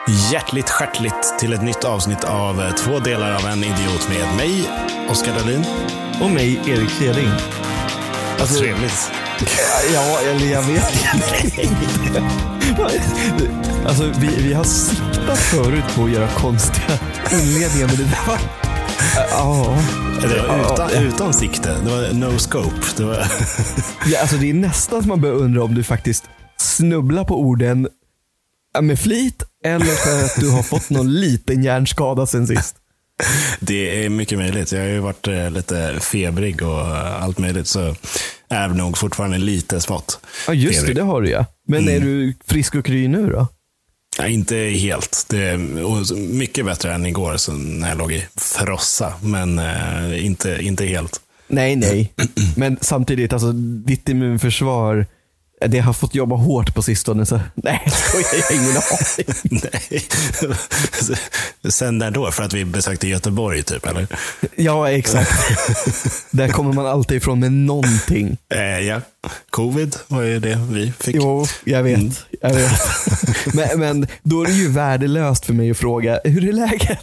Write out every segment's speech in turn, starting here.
Hjärtligt stjärtligt till ett nytt avsnitt av Två delar av en idiot med mig, Oskar Dahlin. Och mig, Erik Kjering. Alltså, trevligt. Ja, eller jag vet inte. Alltså, vi har siktat förut på att göra konstiga inledningar, men det där var... Det var utan sikte. Det var no scope. Det var... Ja, alltså det är nästan som man börjar undra om du faktiskt snubblar på orden med flit eller för att du har fått någon liten hjärnskada sen sist. Det är mycket möjligt. Jag har ju varit lite febrig och allt möjligt, så är nog fortfarande lite smått. Ja, just febrig. det har du, ja. Men är du frisk och kry nu då? Ja, inte helt. Det är mycket bättre än igår så när jag låg i frossa, men inte helt. Nej. Men samtidigt, alltså ditt immunförsvar, det har fått jobba hårt på sistone, så nej, så jag har ingen aning. Nej. Sen när då? För att vi besökte Göteborg typ, eller? Ja, exakt. Där kommer man alltid ifrån med någonting. Ja, covid var ju det vi fick. Jo, jag vet. Men då är det ju värdelöst för mig att fråga, hur är läget?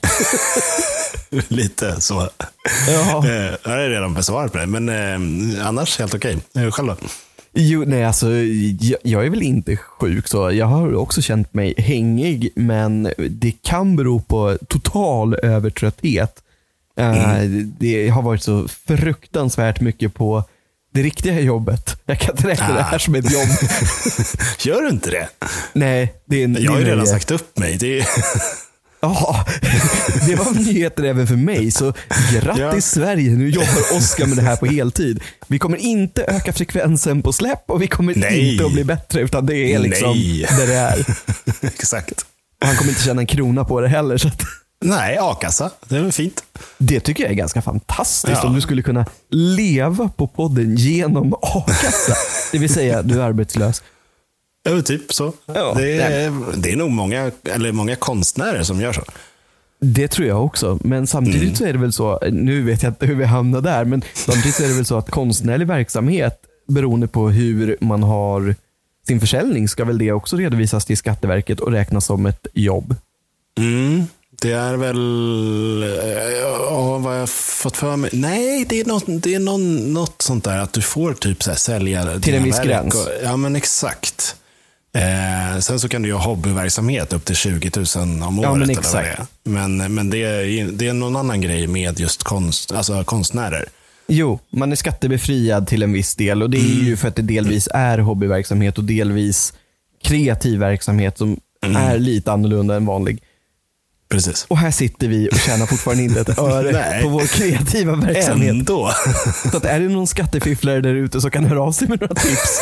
Lite så. Ja. Jag har redan besvarat på det, men annars helt okej. Själv då? Jo, nej, alltså jag är väl inte sjuk, så jag har också känt mig hängig, men det kan bero på total övertrötthet. Det har varit så fruktansvärt mycket på det riktiga jobbet. Jag kan inte räkna det här som ett jobb. Gör du inte det? Nej, jag har ju redan sagt upp mig. Det är... Ja, det var nyheter även för mig. Så grattis Sverige, nu jobbar Oskar med det här på heltid. Vi kommer inte öka frekvensen på släpp och vi kommer inte att bli bättre, utan det är liksom där det är. Exakt. Och han kommer inte tjäna en krona på det heller, så att... Nej, a-kassa, det är väl fint. Det tycker jag är ganska fantastiskt, om du skulle kunna leva på podden genom a-kassa. Det vill säga, du är arbetslös. Ja, typ så. Ja, det är nog många konstnärer som gör så. Det tror jag också. Men samtidigt så är det väl så, nu vet jag inte hur vi hamnar där, men samtidigt så är det väl så att konstnärlig verksamhet, beroende på hur man har sin försäljning, ska väl det också redovisas till Skatteverket och räknas som ett jobb. Det är väl vad jag fått för mig. Nej, det är något sånt där att du får typ så här sälja till en viss gräns. Ja, men exakt. Sen så kan du ju ha hobbyverksamhet upp till 20 000 om året. Ja, men exakt. Eller vad det är. Men det är någon annan grej med just konstnärer. Jo, man är skattebefriad till en viss del, och det är ju för att det delvis är hobbyverksamhet och delvis kreativ verksamhet som är lite annorlunda än vanlig. Precis. Och här sitter vi och tjänar fortfarande inte ett öre på vår kreativa verksamhet. Ändå. Så att är det någon skattefifflare där ute så kan höra av sig med några tips.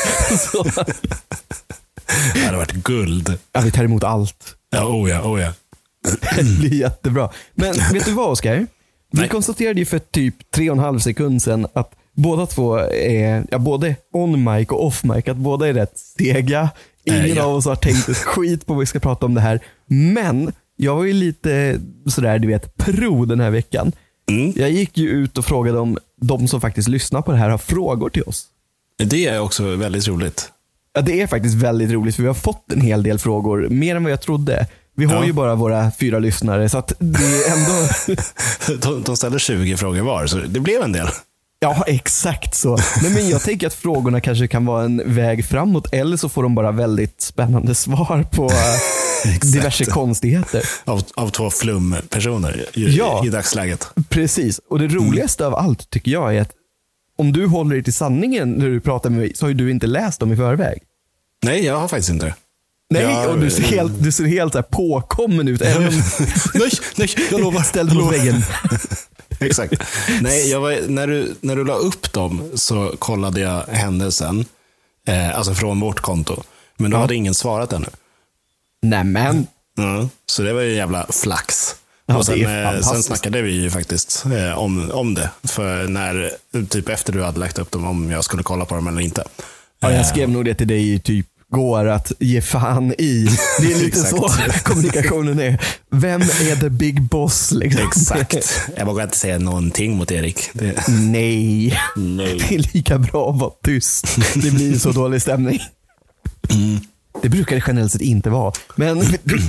Det hade varit guld. Ja, vi tar emot allt. Ja, oh ja. Det blir jättebra. Men vet du vad, Oskar? Vi konstaterade ju för typ 3,5 sekunder sedan att båda två är, både on mic och off mic, att båda är rätt sega. Ingen av oss har tänkt ett skit på vad vi ska prata om det här. Men jag var ju lite sådär, du vet, pro den här veckan. Jag gick ju ut och frågade om de som faktiskt lyssnar på det här har frågor till oss. Det är också väldigt roligt. Ja, det är faktiskt väldigt roligt, för vi har fått en hel del frågor, mer än vad jag trodde. Vi har ju bara våra 4 lyssnare, så att det är ändå... de ställer 20 frågor var, så det blev en del. Ja, exakt så. Men jag tänker att frågorna kanske kan vara en väg framåt, eller så får de bara väldigt spännande svar på diverse konstigheter. Av 2 flumpersoner i dagsläget. Precis, och det roligaste av allt tycker jag är att om du håller dig till sanningen när du pratar med mig, så har ju du inte läst dem i förväg. Nej, jag har faktiskt inte det. Nej, och du ser helt så här påkommen ut. Nej, jag lovar. Ställ dig på väggen. Exakt. Nej, när du la upp dem så kollade jag händelsen, alltså från vårt konto. Men då hade ingen svarat ännu. Nämen. Så det var ju jävla flax. Ja, och sen snackade vi ju faktiskt om det. För när, typ efter du hade lagt upp dem, om jag skulle kolla på dem eller inte. Ja, jag skrev nog det till dig typ går att ge fan i. Det är lite så kommunikationen är. Vem är the big boss? Liksom? Exakt. Jag vågar inte säga någonting mot Erik. Nej. Det är lika bra att vara tyst. Det blir så dålig stämning. Det brukar det generellt sett inte vara. Men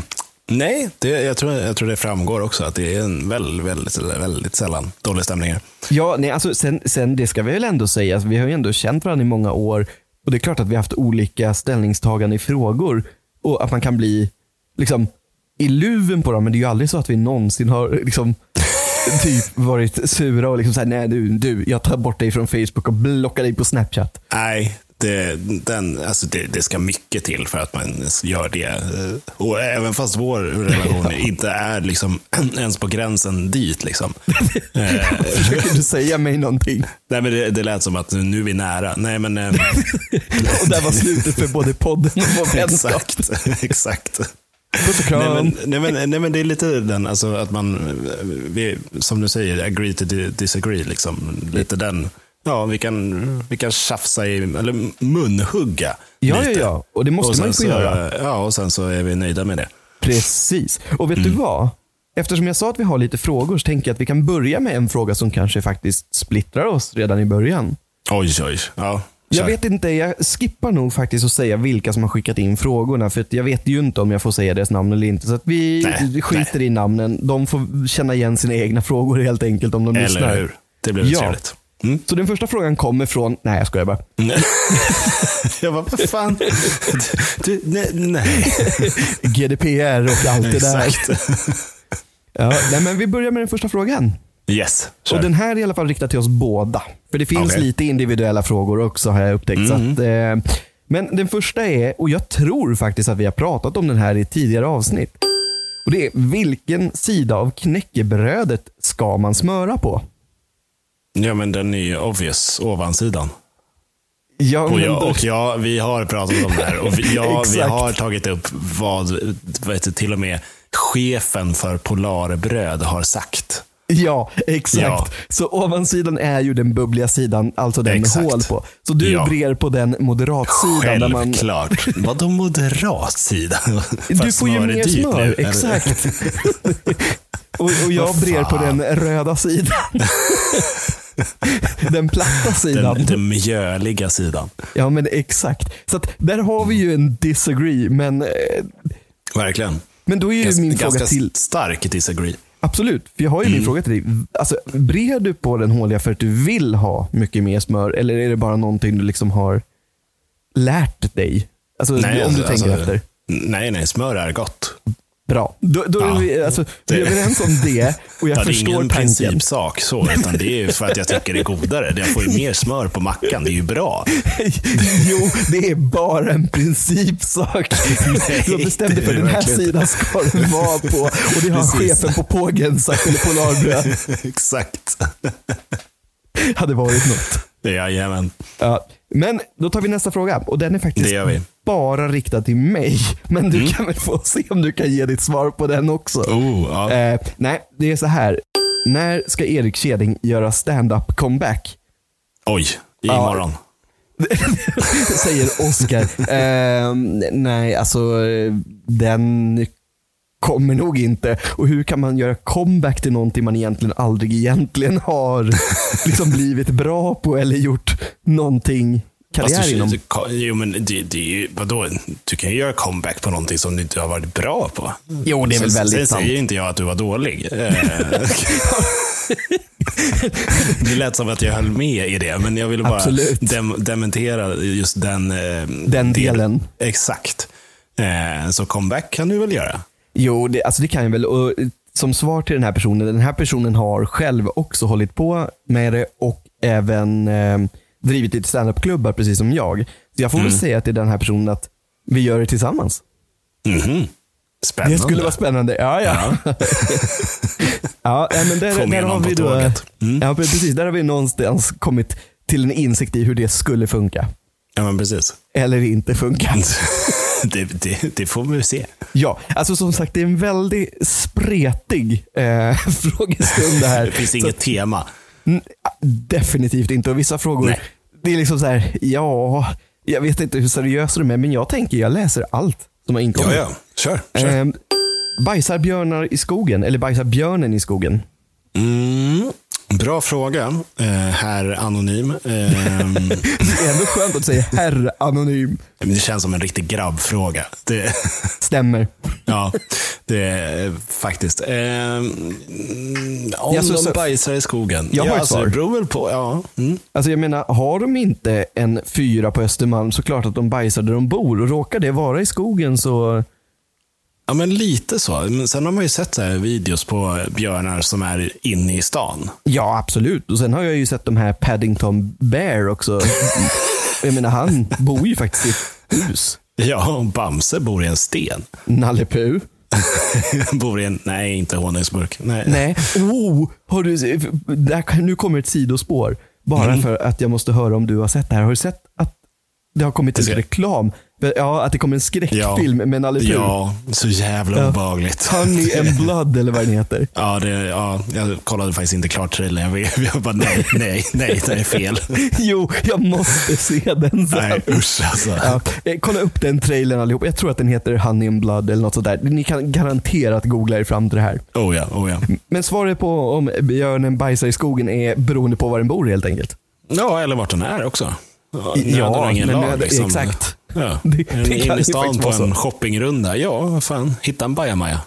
Nej, jag tror det framgår också att det är en väldigt sällan dålig stämning. Ja, nej, alltså sen det ska vi väl ändå säga. Alltså, vi har ju ändå känt varandra i många år och det är klart att vi har haft olika ställningstagande i frågor och att man kan bli liksom i luven på dem, men det är ju aldrig så att vi någonsin har liksom typ varit sura och liksom såhär, nej du, jag tar bort dig från Facebook och blockar dig på Snapchat. Nej, det ska mycket till för att man gör det. Och även fast vår relation inte är liksom ens på gränsen dit liksom. Försöker du säga mig någonting? Nej, men det lät som att nu är vi nära. Nej, men och där var slutet för både podden och vår vänskap. Exakt. Nej, men det är lite den, alltså att man, som du säger, agree to disagree liksom. Lite den. Ja, vi kan tjafsa eller munhugga lite. Ja, och det måste man ju få göra. Ja, och sen så är vi nöjda med det. Precis. Och vet du vad? Eftersom jag sa att vi har lite frågor så tänker jag att vi kan börja med en fråga som kanske faktiskt splittrar oss redan i början. Oj. Ja. Jag vet inte, jag skippar nog faktiskt att säga vilka som har skickat in frågorna, för att jag vet ju inte om jag får säga deras namn eller inte, så att vi skiter i namnen. De får känna igen sina egna frågor helt enkelt om de lyssnar. Eller hur? Det blir trevligt. Så den första frågan kommer från... Nej, jag skojar bara. Jag bara, vad fan? Nej. GDPR och allt det där. Exakt. Ja, nej, men vi börjar med den första frågan. Yes. Sure. Och den här är i alla fall riktad till oss båda. För det finns lite individuella frågor också, har jag upptäckt. Så att, men den första är, och jag tror faktiskt att vi har pratat om den här i tidigare avsnitt. Och det är, vilken sida av knäckebrödet ska man smöra på? Ja, men den är ju obvious, ovansidan. Ja, och vi har pratat om det här. Och vi har tagit upp vad till och med chefen för Polarbröd har sagt. Ja, exakt. Ja. Så ovansidan är ju den bubbliga sidan, alltså den med hål på. Så du brer på den moderatsidan. Självklart. Vadå moderatsidan? Du får ju mer smör, nu, exakt. och jag brer på den röda sidan. Den platta sidan. Den mjöliga sidan. Ja, men exakt. Så att där har vi ju en disagree, men... Verkligen. Men då är ju min fråga till... stark disagree. Absolut, för jag har ju min fråga till dig. Alltså, brer du på den håliga för att du vill ha mycket mer smör, eller är det bara någonting du liksom har lärt dig? Alltså, nej, om du tänker efter. Nej, smör är gott. Bra. Då är vi är överens om det, och jag förstår tanken. Det är ingen principsak så, utan det är för att jag tycker det är godare. Jag får ju mer smör på mackan, det är ju bra. Jo, det är bara en principsak. Jag bestämde för den här sidan ska det vara på, och det har chefen på Pågen sagt, eller Polarbröd. Exakt. Hade varit något. Jajamän. Ja, men då tar vi nästa fråga, och den är faktiskt bara riktad till mig. Men du kan väl få se om du kan ge ditt svar på den också. Nej, det är så här. När ska Erik Kjeding göra stand-up comeback? Oj, imorgon. Säger Oscar. Nej, alltså den kommer nog inte. Och hur kan man göra comeback till någonting man egentligen aldrig har liksom blivit bra på eller gjort någonting karriär inom? Jo, men det är ju, vadå? Du kan ju göra comeback på någonting som du inte har varit bra på. Jo, det är väl väldigt sant. Säger inte jag att du var dålig. Det lät som att jag höll med i det, men jag ville bara dementera just den delen. Exakt. Så comeback kan du väl göra? Jo, det kan jag väl. Och som svar till den här personen har själv också hållit på med det och även drivit lite stand-up-klubbar precis som jag. Så jag får väl säga till den här personen att vi gör det tillsammans. Spännande. Det skulle vara spännande. Ja. Ja, men där har vi då. Ja, precis. Där har vi någonstans kommit till en insikt i hur det skulle funka. Ja, men precis. Eller inte funka. Det får vi se. Ja, alltså som sagt, det är en väldigt spretig frågestund det här. Det finns inget tema. Definitivt inte. Och vissa frågor, det är liksom så här, jag vet inte hur seriös du är med, men jag läser allt som har inkommit. Ja, kör. Bajsar björnar i skogen, eller bajsar björnen i skogen? Bra fråga, herr Anonym. Det är ändå skönt att säga herr Anonym. Det känns som en riktig grabbfråga. Det stämmer. Ja, det är faktiskt. Om de bajsar i skogen. Jag har ett svar. Det beror väl på, ja. Alltså jag menar, har de inte en fyra på Östermalm så klart att de bajsar där de bor. Och råkar det vara i skogen så... Ja, men lite så. Men sen har man ju sett så här videos på björnar som är inne i stan. Ja, absolut. Och sen har jag ju sett de här Paddington Bear också. Jag menar, han bor ju faktiskt i ett hus. Ja, och Bamse bor i en sten. Nalle Puh. Bor i en, nej, inte honungsburk. Nej. Har du, nu kommer ett sidospår. Bara för att jag måste höra om du har sett det här. Har du sett att det har kommit en reklam? Ja, att det kommer en skräckfilm med Nalle Puh. Ja, så jävla obehagligt. Honey and Blood eller vad den heter. Ja, jag kollade faktiskt inte klart trailern. Jag bara, nej, det är fel. Jo, jag måste se den sen. Nej, usch alltså. Ja, kolla upp den trailern allihop. Jag tror att den heter Honey and Blood eller något sådär. Ni kan garanterat googla er fram till det här. Oh ja. Men svaret på om björnen bajsar i skogen är beroende på var den bor helt enkelt. Ja, eller vart den är också. Ja, liksom. Exakt. Ja. Det in i stan på en shoppingrunda. Ja, vad fan. Hitta en bajamaja.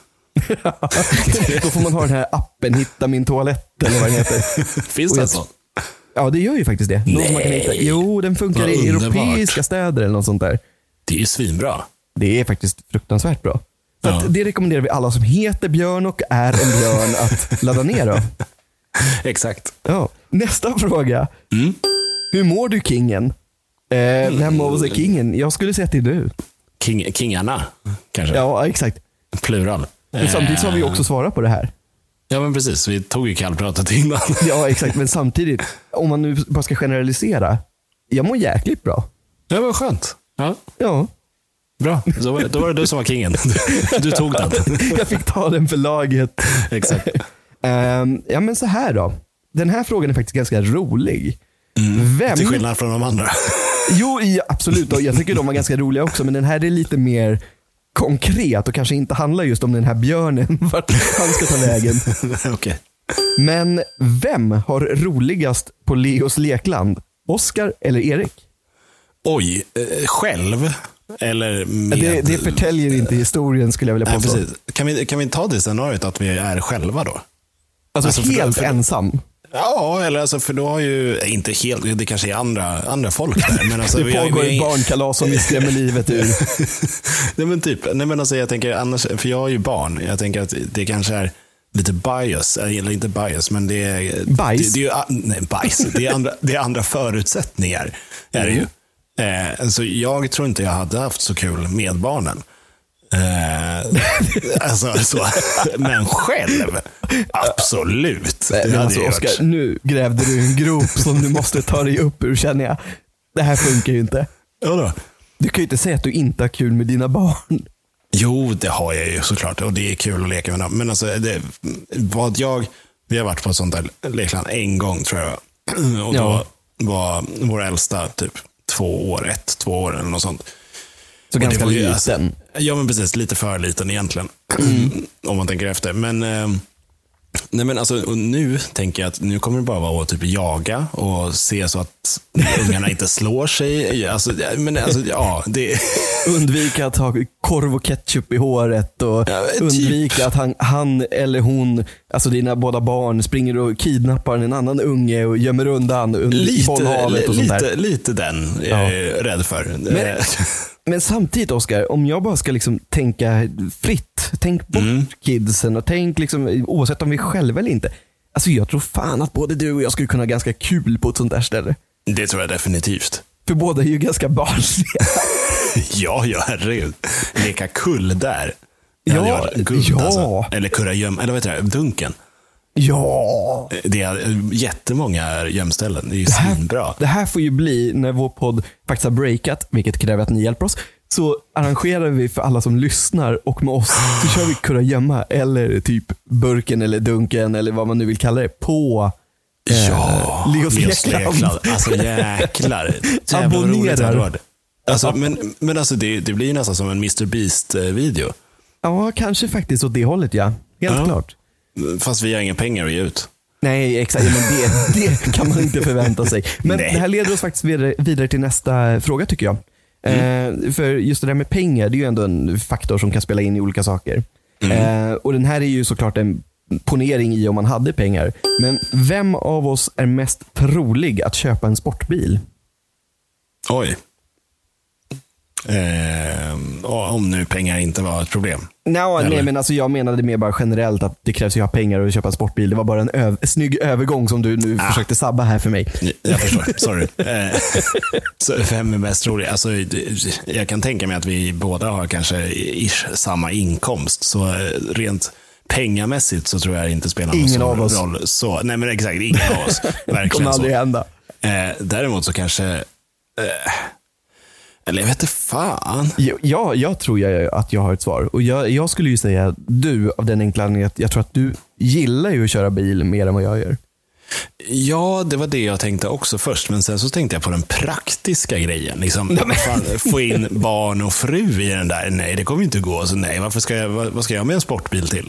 Då får man ha den här appen Hitta min toalett eller vad den heter. Finns det en sån? Ja, det gör ju faktiskt det. Nej. Man kan hitta. Jo, den funkar i europeiska städer eller något sånt där. Det är ju svinbra. Det är faktiskt fruktansvärt bra. Så att det rekommenderar vi alla som heter Björn och är en björn att ladda ner då. Exakt. Ja. Nästa fråga. Hur mår du, kingen? Vem av oss är kingen? Jag skulle säga att det är du. Kingarna, kanske? Ja, exakt. Plural. Men samtidigt så har vi också svarat på det här. Ja, men precis. Vi tog ju kallpratet innan. Ja, exakt. Men samtidigt, om man nu bara ska generalisera. Jag mår jäkligt bra. Ja, vad skönt. Ja. Bra. Då var det du som var kingen. Du tog den. Jag fick ta den för laget. Exakt. Ja, men så här då. Den här frågan är faktiskt ganska rolig. Vem... Till skillnad från de andra. Jo, ja, absolut. Och jag tycker de var ganska roliga också. Men den här är lite mer konkret och kanske inte handlar just om den här björnen. Vart han ska ta vägen. Okay. Men vem har roligast på Leos lekland? Oscar eller Erik? Oj, själv? Eller med... det förtäljer inte historien, skulle jag vilja påstå. Kan vi ta det scenariot att vi är själva då? Alltså helt ensam? Ja, eller alltså, för då har ju, inte helt, det kanske är andra folk där. Men alltså, det pågår ett barnkalas som vi skrämmer livet ur. Nej men alltså jag tänker annars, för jag har ju barn. Jag tänker att det kanske är lite bias, eller inte bias, men det är... Bajs? Bajs. Det är andra förutsättningar. Är det ju. Så jag tror inte jag hade haft så kul med barnen. Alltså, så. Men själv, absolut. Men alltså, Oscar, nu grävde du en grop som du måste ta dig upp ur, känner jag. Det här funkar ju inte. Ja då. Du kan ju inte säga att du inte har kul med dina barn. Jo, det har jag ju såklart. Och det är kul att leka med dem. Men alltså, vi har varit på ett sånt där lekland en gång, tror jag. Och då var vår äldsta typ 2 år eller något sånt. Så och ganska liten. Alltså, ja, men precis. Lite för liten egentligen. Om man tänker efter. Men, nej, men alltså, och nu tänker jag att nu kommer det bara vara att typ jaga och se så att ungarna inte slår sig. Alltså, men alltså, ja, det... Undvika att ha korv och ketchup i håret och undvika att han eller hon, alltså dina båda barn, springer och kidnappar en annan unge och gömmer undan i bollhavet och sånt där. Lite den är jag rädd för. Men samtidigt, Oscar, om jag bara ska liksom tänka fritt, tänk bort kidsen och tänk liksom, oavsett om vi är själva eller inte. Alltså jag tror fan att både du och jag skulle kunna ha ganska kul på ett sånt där ställe. Det tror jag definitivt. För båda är ju ganska barnsliga. Ja, herregud. Leka kull där. Alltså. Eller kurragöm, eller vad heter det? Dunken. Ja. Det är jättemånga gömställen. Det är ju svinbra. Det här får ju bli, när vår podd faktiskt har breakat, vilket kräver att ni hjälper oss, så arrangerar vi för alla som lyssnar och med oss så kör vi kurragömma eller typ burken eller dunken eller vad man nu vill kalla det på Leos lekland. Alltså jäklar. Abonnerar. Alltså, men alltså det blir ju nästan som en Mr. Beast-video. Ja, kanske faktiskt åt det hållet, ja. Helt klart. Fast vi har inga pengar att ge ut. Nej, exakt. Men det kan man inte förvänta sig. Men det här leder oss faktiskt vidare till nästa fråga tycker jag. För just det där med pengar, det är ju ändå en faktor som kan spela in i olika saker. Och den här är ju såklart en ponering i om man hade pengar. Men vem av oss är mest trolig att köpa en sportbil? Oj. Om nu pengar inte var ett problem. Nej, men alltså jag menade mer bara generellt att det krävs ju ha pengar och köpa en sportbil. Det var bara en snygg övergång som du nu försökte sabba här för mig. Jag förstår, sorry. Så vem är mest trolig? Alltså, jag kan tänka mig att vi båda har kanske samma inkomst. Så rent pengamässigt så tror jag inte spelar någon stor roll. Så, nej men exakt, ingen av oss. Verkligen kommer aldrig hända. Däremot så kanske... Eller jag vet inte fan. Jag tror att jag har ett svar. Och jag skulle ju säga du av den enkla anledningen att jag tror att du gillar ju att köra bil mer än vad jag gör. Ja, det var det jag tänkte också först. Men sen så tänkte jag på den praktiska grejen. Liksom, få in barn och fru i den där. Nej, det kommer inte gå. Så nej, vad ska jag ha med en sportbil till?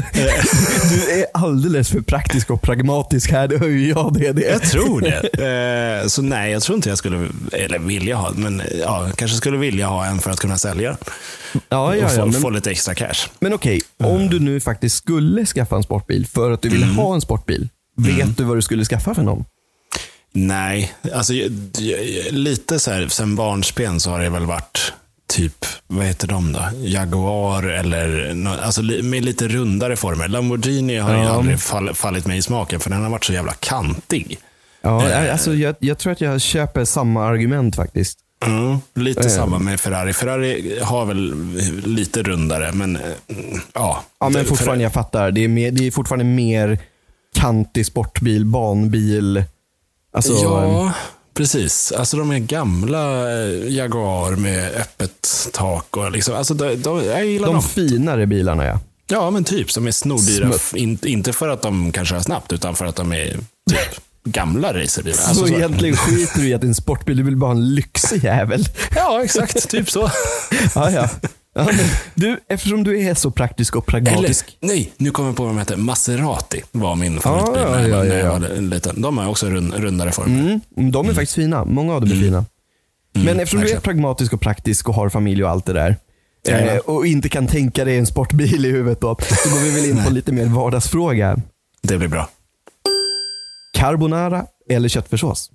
Du är alldeles för praktisk och pragmatisk här. Det hör ju jag det. Jag tror det. Så nej, jag tror inte jag skulle vilja ha. Men kanske skulle vilja ha en för att kunna sälja. Och få lite extra cash. Men okej, om du nu faktiskt skulle skaffa en sportbil för att du vill ha en sportbil. Vet du vad du skulle skaffa för någon? Nej, alltså lite så här, sen barnsben så har det väl varit typ, vad heter de då? Jaguar eller alltså med lite rundare former. Lamborghini har ju aldrig fallit mig i smaken för den har varit så jävla kantig. Ja, alltså jag tror att jag köper samma argument faktiskt. Lite samma med Ferrari. Ferrari har väl lite rundare, men ja, men fortfarande jag fattar. Det är fortfarande mer kantig sportbil, banbil. Alltså, ja, precis. Alltså de är gamla Jaguar med öppet tak och liksom, alltså jag gillar dem. De finare bilarna, ja. Ja, men typ som är snordyra. Inte för att de kan köra snabbt, utan för att de är typ gamla racerbilar. Så egentligen skiter du i att en sportbil, du vill bara ha en lyxig jävel. Ja, exakt. Typ så. Ja, men du, eftersom du är så praktisk och pragmatisk. Nej, nu kommer jag på vad de heter. Maserati var min favoritbil när jag var liten. De har också rundare former. De är faktiskt fina. Många av dem är fina. Men eftersom du är pragmatisk och praktisk och har familj och allt det där och inte kan tänka dig en sportbil i huvudet då, så går vi väl in på lite mer vardagsfråga. Det blir bra. Carbonara eller köttfärssås?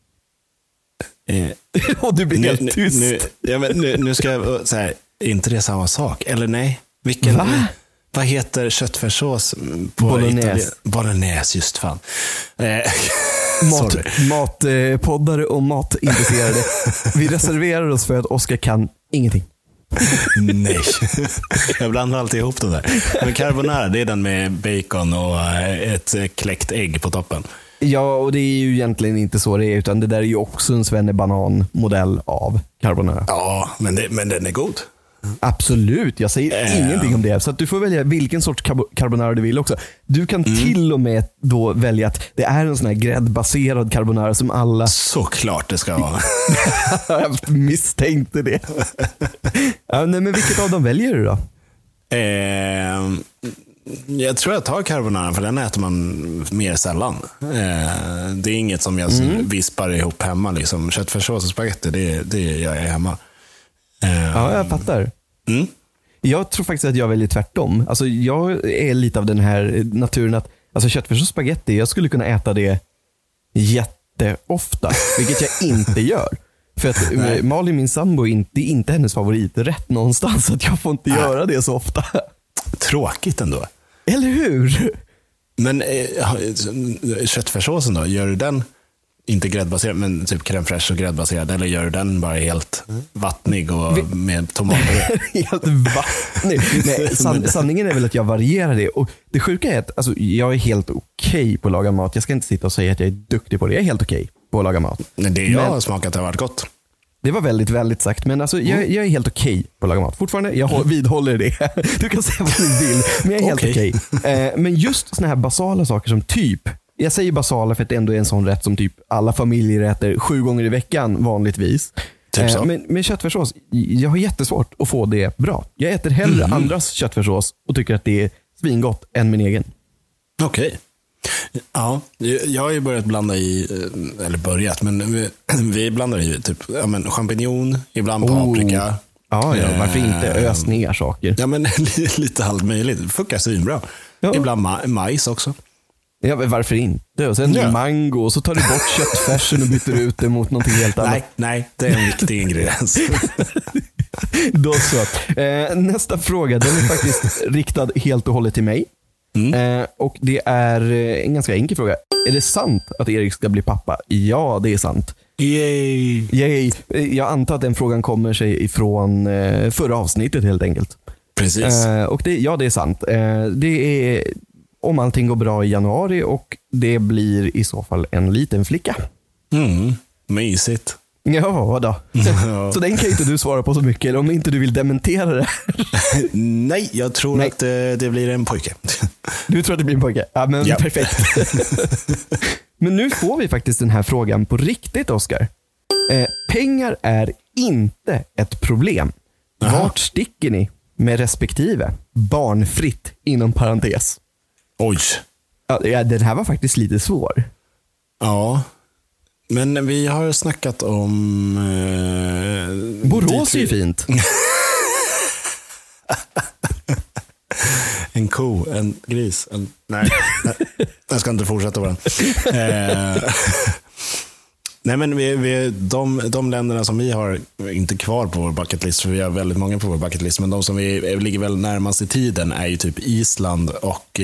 Och du blir helt tyst. Nu ska jag säga, är inte det samma sak? Eller nej? Vad heter köttfärssås på Bolognese. Bolognese, just fan. Matpoddare och matintresserade. Vi reserverar oss för att Oskar kan ingenting. Nej. Jag blandar alltid ihop det där. Men carbonara, det är den med bacon och ett kläckt ägg på toppen. Ja, och det är ju egentligen inte så det är, utan det där är ju också en svennebanan-modell av carbonara. Ja, men den är god. Absolut, jag säger ingenting om det. Så att du får välja vilken sorts carbonara du vill också. Du kan till och med då välja att det är en sån här gräddbaserad carbonara som alla... Såklart det ska vara. Jag misstänkte det. Nej, men vilket av dem väljer du då? Jag tror jag tar carbonara, för den äter man mer sällan. Det är inget som jag vispar ihop hemma. Liksom. Köttfärssås och spagetti, det gör jag hemma. Ja, jag fattar. Jag tror faktiskt att jag väljer tvärtom. Alltså, jag är lite av den här naturen att alltså, köttfärs och spagetti, jag skulle kunna äta det jätteofta, vilket jag inte gör. För att Malin, min sambo, det är inte hennes favoriträtt någonstans, så att jag får inte göra det så ofta. Tråkigt ändå. Eller hur? Men köttfärssåsen då, gör du den inte gräddbaserad, men typ crème fraîche och gräddbaserad, eller gör du den bara helt vattnig och med tomater? Helt vattnig? Nej, sanningen är väl att jag varierar det. Och det sjuka är att alltså, jag är helt okej på att laga mat. Jag ska inte sitta och säga att jag är duktig på det. Jag är helt okej på att laga mat. Det jag har smakat har varit gott. Det var väldigt, väldigt sagt. Men alltså, jag är helt okej på att laga mat. Fortfarande, jag vidhåller det. Du kan säga vad du vill, men jag är helt okej. Men just såna här basala saker som typ, jag säger basala för att det ändå är en sån rätt som typ alla familjer äter 7 gånger i veckan vanligtvis. Typ så. Men köttfärssås, jag har jättesvårt att få det bra. Jag äter hellre andras köttfärssås och tycker att det är svingott än min egen. Okej. Ja, jag har ju börjat blanda i, eller börjat, men vi blandar i typ champinjon, ibland paprika. Ja, varför inte ös ner saker? Ja, men lite allt möjligt. Det funkar svinbra. Ja. Ibland majs också. Ja, men varför inte? Och sen mango, och så tar du bort köttfärsen och byter ut det mot någonting helt annat. Nej, det är en viktig ingrediens. Då så. Nästa fråga, den är faktiskt riktad helt och hållet till mig. Och det är en ganska enkel fråga. Är det sant att Erik ska bli pappa? Ja, det är sant. Yay. Jag antar att den frågan kommer sig ifrån förra avsnittet helt enkelt. Precis. Och det är sant. Det är om allting går bra i januari, och det blir i så fall en liten flicka. Mysigt. Ja då. Så den kan ju inte du svara på så mycket, eller om inte du vill dementera det. Nej, jag tror att det blir en pojke. Du tror att det blir en pojke? Ja, men perfekt. Men nu får vi faktiskt den här frågan på riktigt, Oskar. Pengar är inte ett problem. Aha. Vart sticker ni med respektive? Barnfritt inom parentes. Oj. Ja, den här var faktiskt lite svår. Ja. Men vi har snackat om... Borås är ju fint. En ko, en gris, nej, jag ska inte fortsätta på den. Nej, men de länderna som vi har inte kvar på vår bucketlist, för vi har väldigt många på vår bucketlist, men de som vi ligger väl närmast i tiden är ju typ Island och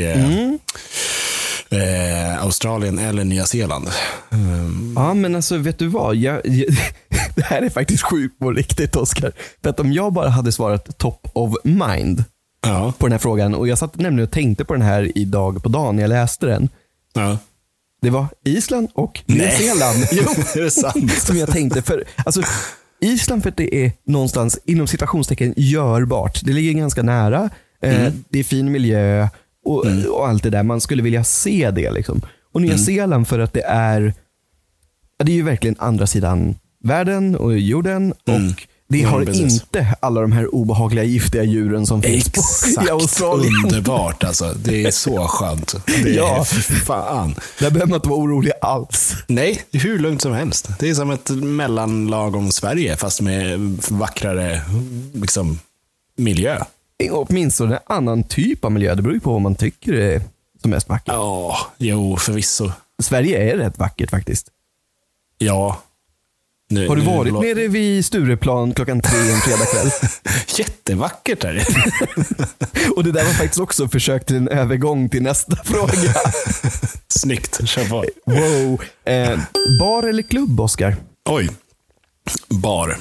Australien eller Nya Zeeland. Ja, men alltså vet du vad? Det här är faktiskt sjukt på riktigt, Oskar. För att om jag bara hade svarat top of mind på den här frågan, och jag satt nämligen och tänkte på den här idag på dagen när jag läste den. Ja. Det var Island och Nya Zeeland. Jo, är det sant? Som jag tänkte. För alltså, Island, för att det är någonstans inom situationstecken görbart. Det ligger ganska nära. Det är fin miljö och allt det där. Man skulle vilja se det liksom. Och Nya Zeeland för att det är ju verkligen andra sidan världen och jorden, och det har inte alla de här obehagliga giftiga djuren som finns i Australien. Underbart alltså. Det är så skönt. Det är fan. Där behöver man inte vara orolig alls. Nej, hur lugnt som helst. Det är som ett mellanlag om Sverige, fast med vackrare liksom, miljö. Åtminstone en annan typ av miljö. Det beror ju på vad man tycker är som mest vackert. Ja, jo, förvisso. Sverige är rätt vackert faktiskt. Ja. Har du varit nere vid Stureplan 3:00 en fredagkväll? Jättevackert där. Och det där var faktiskt också försök till en övergång till nästa fråga. Snyggt, kör på. Wow. Bar eller klubb, Oskar? Oj. Bar.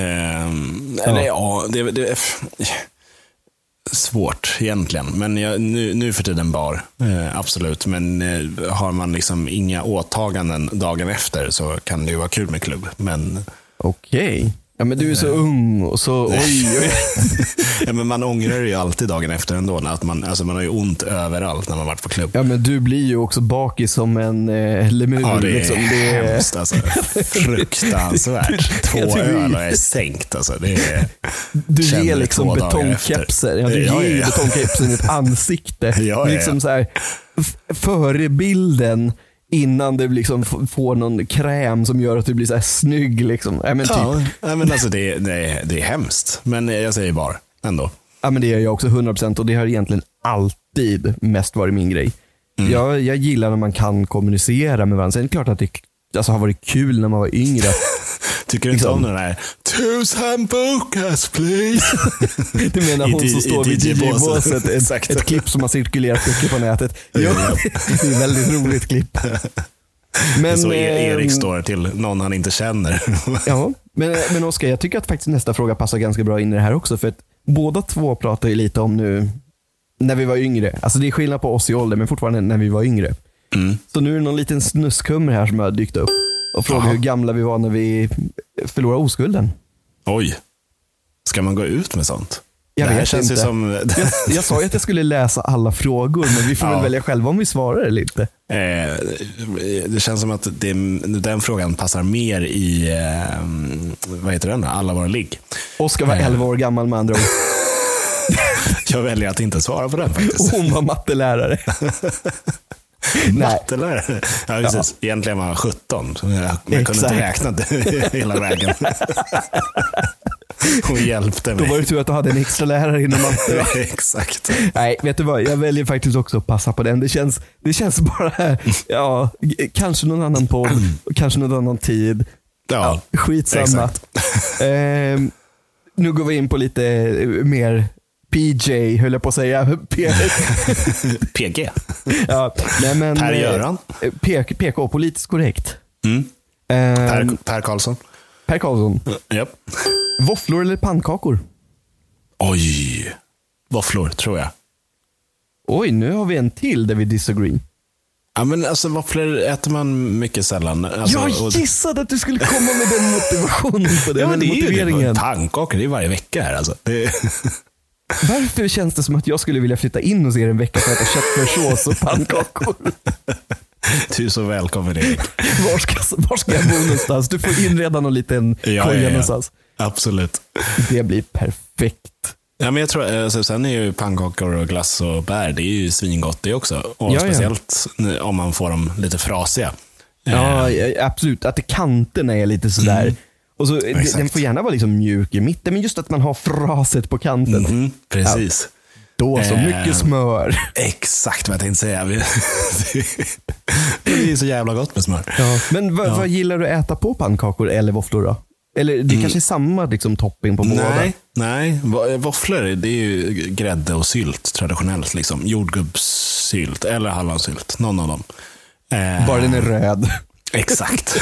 Eller det är svårt egentligen. Men nu för tiden bar. Absolut. Men har man liksom inga åtaganden dagen efter, så kan det ju vara kul med klubb. Men... Okej. Ja, men du är så ung och så... Oj. Ja, men man ångrar ju alltid dagen efter ändå. Att man har ju ont överallt när man varit på klubb. Ja, men du blir ju också bakis som en lemur. Ja, det är liksom. hemskt alltså. Fruktansvärt. 2 öl och är sänkt alltså. Det är... Du ger liksom betongkepser. Ja, du ger betongkepsen i ett ansikte. Liksom så här, förebilden innan det liksom får någon kräm som gör att du blir så här snygg liksom. Men typ. Ja, men alltså det är hemskt. Men jag säger bara ändå. Ja, men det gör jag också 100%, och det har egentligen alltid mest varit min grej. Jag gillar när man kan kommunicera med varandra. Sen är det klart att det har varit kul när man var yngre. Tycker du inte om den här 1000 bokas please? Du menar hon som står vid DJ-båset, ett klipp som har cirkulerat mycket på nätet. Jo, det är ett väldigt roligt klipp. Men så Erik står till någon han inte känner. Ja, men Oskar, jag tycker att faktiskt nästa fråga passar ganska bra in i det här också, för att båda två pratar ju lite om nu när vi var yngre. Alltså det är skillnad på oss i ålder, men fortfarande när vi var yngre. Så nu är det någon liten snuskummer här som har dykt upp och frågar hur gamla vi var när vi förlorade oskulden. Oj. Ska man gå ut med sånt? Jag vet inte. Som... jag sa ju att jag skulle läsa alla frågor, men vi får väl välja själva om vi svarar eller inte. Det känns som att den frågan passar mer i vad heter den? Alla våra ligg. Oskar var 11 år gammal med andra ord. Jag väljer att inte svara på den faktiskt. Hon var mattelärare. Mattelärare? Ja, precis. Ja. Egentligen var jag 17. Så jag kunde inte räkna hela vägen. Hon hjälpte mig. Då var det tur att du hade en extra lärare inom matte. Exakt. Nej, vet du vad? Jag väljer faktiskt också att passa på den. Det känns bara, kanske någon annan podd, kanske någon annan tid. Ja, skitsamma. Nu går vi in på lite mer PJ, höll jag på att säga. PG. Ja, nej, men Per-Göran. PK, politiskt korrekt. Per Karlsson. Per Karlsson. Yep. Våfflor eller pannkakor? Oj. Våfflor, tror jag. Oj, nu har vi en till där vi disagree. Ja, men alltså våfflor äter man mycket sällan. Alltså, jag gissade att du skulle komma med den motivationen på det. Ja, men det motiveringen. är ju det. Pannkakor, det är varje vecka här alltså. Varför känns det som att jag skulle vilja flytta in hos er en vecka för att äta köttfärssås och pannkakor? Du är så välkommen, Erik. Var ska jag bo någonstans? Du får inreda någon liten koja någonstans. Absolut. Det blir perfekt. Ja, men jag tror, alltså, sen är ju pannkakor och glass och bär, det är ju svingott det också. Och speciellt om man får dem lite frasiga. Ja, absolut. Att kanterna är lite sådär. Och så, den får gärna vara liksom mjuk i mitten, men just att man har fraset på kanten. Precis. Ja, då så mycket smör. Exakt vad jag tänkte säga. Det är så jävla gott med smör. Ja. Men vad gillar du att äta på pannkakor eller våfflor då? Eller det kanske är samma liksom, topping på båda? Nej, våfflor det är ju grädde och sylt traditionellt. Liksom. Jordgubbssylt eller hallonsylt. Någon av dem. Bara den är röd. Exakt.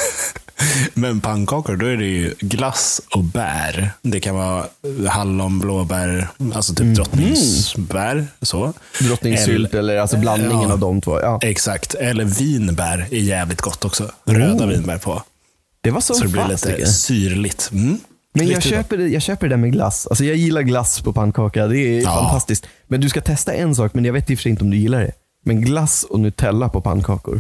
Men pannkakor, då är det ju glass och bär. Det kan vara hallon, blåbär, alltså typ drottningsbär. Så. Drottningssylt eller alltså blandningen av de två. Ja. Exakt. Eller vinbär är jävligt gott också. Röda vinbär på. Det var så det blir lite syrligt. Men jag köper det där med glass. Alltså jag gillar glass på pannkaka. Det är fantastiskt. Men du ska testa en sak, men jag vet i och för sig inte om du gillar det. Men glass och Nutella på pannkakor.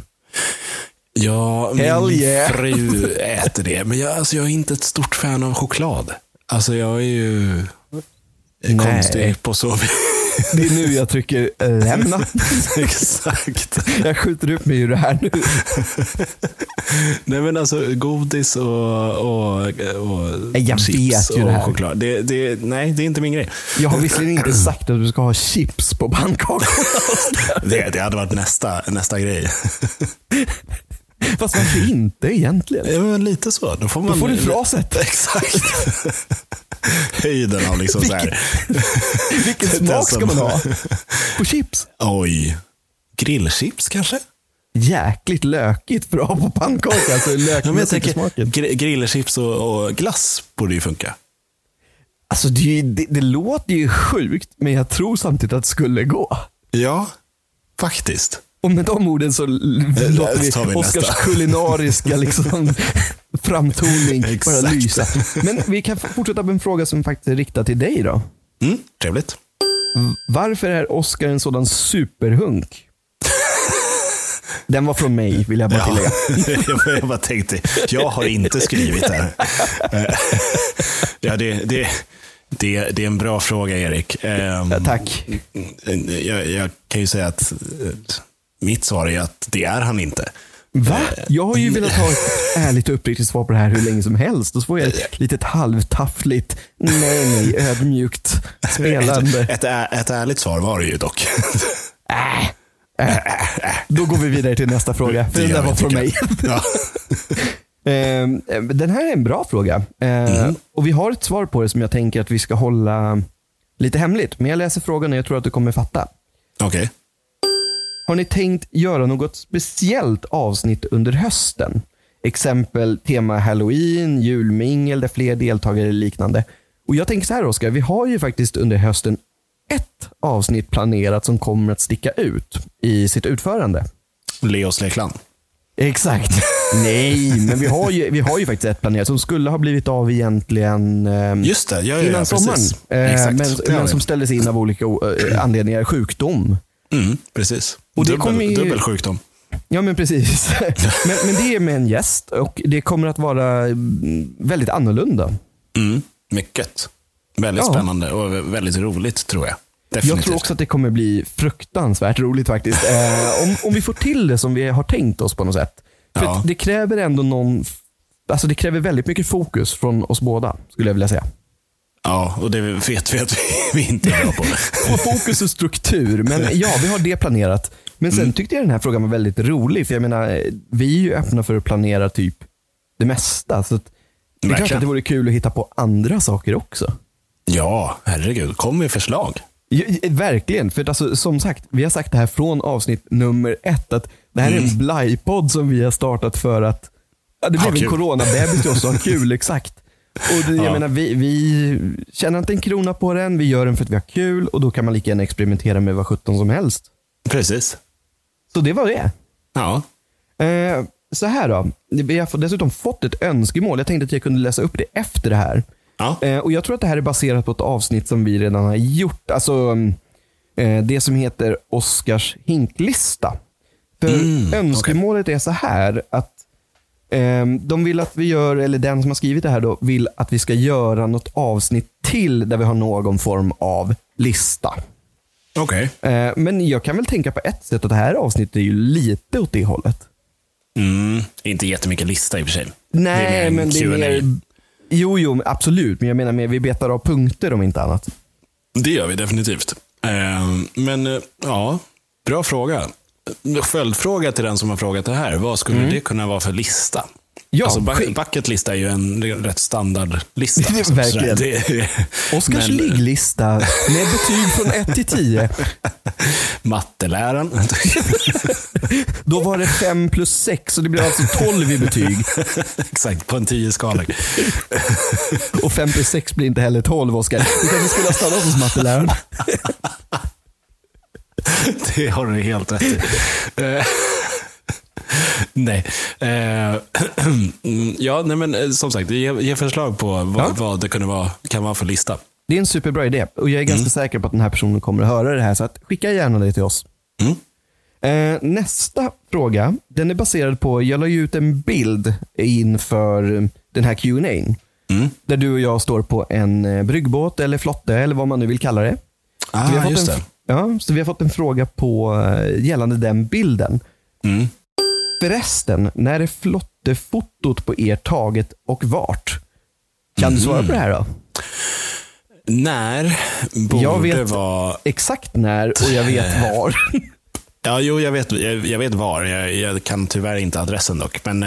Ja, min fru äter det. Men jag är inte ett stort fan av choklad. Alltså jag är ju konstig på så vis. Det är nu jag trycker lämna. Exakt. Jag skjuter upp mig ur det här nu. Nej, men alltså godis och jag chips vet ju det här. Och choklad. Nej, det är inte min grej. Jag har visserligen inte sagt att du ska ha chips på pannkakor. Det hade varit nästa grej. Fast varför inte egentligen? Ja, men lite så. Då får du fraset. Exakt. Höjden av liksom så här. Vilken smak ska man ha? På chips? Oj. Grillchips kanske? Jäkligt lökigt bra på pannkaka. Alltså grillchips och glass borde ju funka. Alltså det låter ju sjukt, men jag tror samtidigt att det skulle gå. Ja, faktiskt. Och med de orden så låter vi Oskars kulinariska liksom, framtoning bara lysa. Men vi kan fortsätta med en fråga som faktiskt är riktad till dig då. Trevligt. Varför är Oskar en sådan superhunk? Den var från mig, vill jag bara tillägga. Jag bara tänkte, jag har inte skrivit det här. Ja, det är en bra fråga, Erik. Tack. Jag kan ju säga att mitt svar är att det är han inte. Va? Jag har ju velat ha ett ärligt och uppriktigt svar på det här hur länge som helst. Och så får jag ett litet halvtaffligt, ödmjukt spelande. Ett ärligt svar var det ju dock. Då går vi vidare till nästa fråga. För den där var från mig. Ja. Den här är en bra fråga. Och vi har ett svar på det som jag tänker att vi ska hålla lite hemligt. Men jag läser frågan och jag tror att du kommer fatta. Okej. Har ni tänkt göra något speciellt avsnitt under hösten? Exempel tema Halloween, julmingel där fler deltagare eller liknande. Och jag tänker så här, Oskar, vi har ju faktiskt under hösten ett avsnitt planerat som kommer att sticka ut i sitt utförande. Leos Lekland. Exakt. Nej, men vi har ju faktiskt ett planerat som skulle ha blivit av egentligen just det, innan sommaren. Men som ställdes in av olika anledningar, sjukdom. Precis. Och det dubbel sjukdom. Ja, men precis. men det är med en gäst och det kommer att vara väldigt annorlunda. Mycket. Väldigt spännande och väldigt roligt tror jag. Definitivt. Jag tror också att det kommer bli fruktansvärt roligt faktiskt. Om vi får till det som vi har tänkt oss på något sätt. För det kräver ändå det kräver väldigt mycket fokus från oss båda, skulle jag vilja säga. Ja, och det vet vi att vi inte är bra på. Fokus och struktur, men ja, vi har det planerat. Men sen tyckte jag den här frågan var väldigt rolig, för jag menar, vi är ju öppna för att planera typ det mesta. Så det är klart att det vore kul att hitta på andra saker också. Ja, herregud. Kom med förslag. Ja, verkligen, för alltså, som sagt, vi har sagt det här från avsnitt nummer 1 att det här är en blajpodd som vi har startat för att det blev en coronabebis till oss och ha kul, exakt. Och jag menar, vi tjänar inte en krona på den, vi gör den för att vi har kul och då kan man lika gärna experimentera med vad 17 som helst. Precis. Så det var det. Ja. Så här då, vi har dessutom fått ett önskemål. Jag tänkte att jag kunde läsa upp det efter det här. Ja. Och jag tror att det här är baserat på ett avsnitt som vi redan har gjort. Alltså det som heter Oscars hinklista. För önskemålet är så här att de vill att vi gör, eller den som har skrivit det här då, vill att vi ska göra något avsnitt till där vi har någon form av lista. Okej. Men jag kan väl tänka på ett sätt att det här avsnittet är ju lite åt det hållet. Inte jättemycket lista i och för sig. Nej, men det är mer... Jo, absolut. Men jag menar mer, vi betar av punkter om inte annat. Det gör vi definitivt. Men ja, bra fråga. Följdfråga till den som har frågat det här. Vad skulle det kunna vara för lista? Ja, alltså, bucketlista är ju en rätt standardlista. Verkligen. Oscars ligglista med betyg från 1 till 10. Matteläran. Då var det 5+6 så det blir alltså 12 i betyg. Exakt, på en 10-skala. Och 5+6 blir inte heller 12, Oskar. Vi kanske skulle ha stannat hos matteläraren. Det har du helt rätt i. Nej. Ja, nej, men som sagt, ge förslag på vad det kan vara för lista. Det är en superbra idé och jag är ganska säker på att den här personen kommer att höra det här, så att skicka gärna det till oss. Nästa fråga, den är baserad på, jag la ut en bild inför den här Q&A där du och jag står på en bryggbåt eller flotte eller vad man nu vill kalla det. Så vi har fått en fråga på gällande den bilden. Förresten, när är flottefotot på er taget och vart? Kan du svara på det här då? När borde jag vet vara... exakt när och jag vet var. Ja, jo, jag vet var. Jag kan tyvärr inte adressen dock. Men,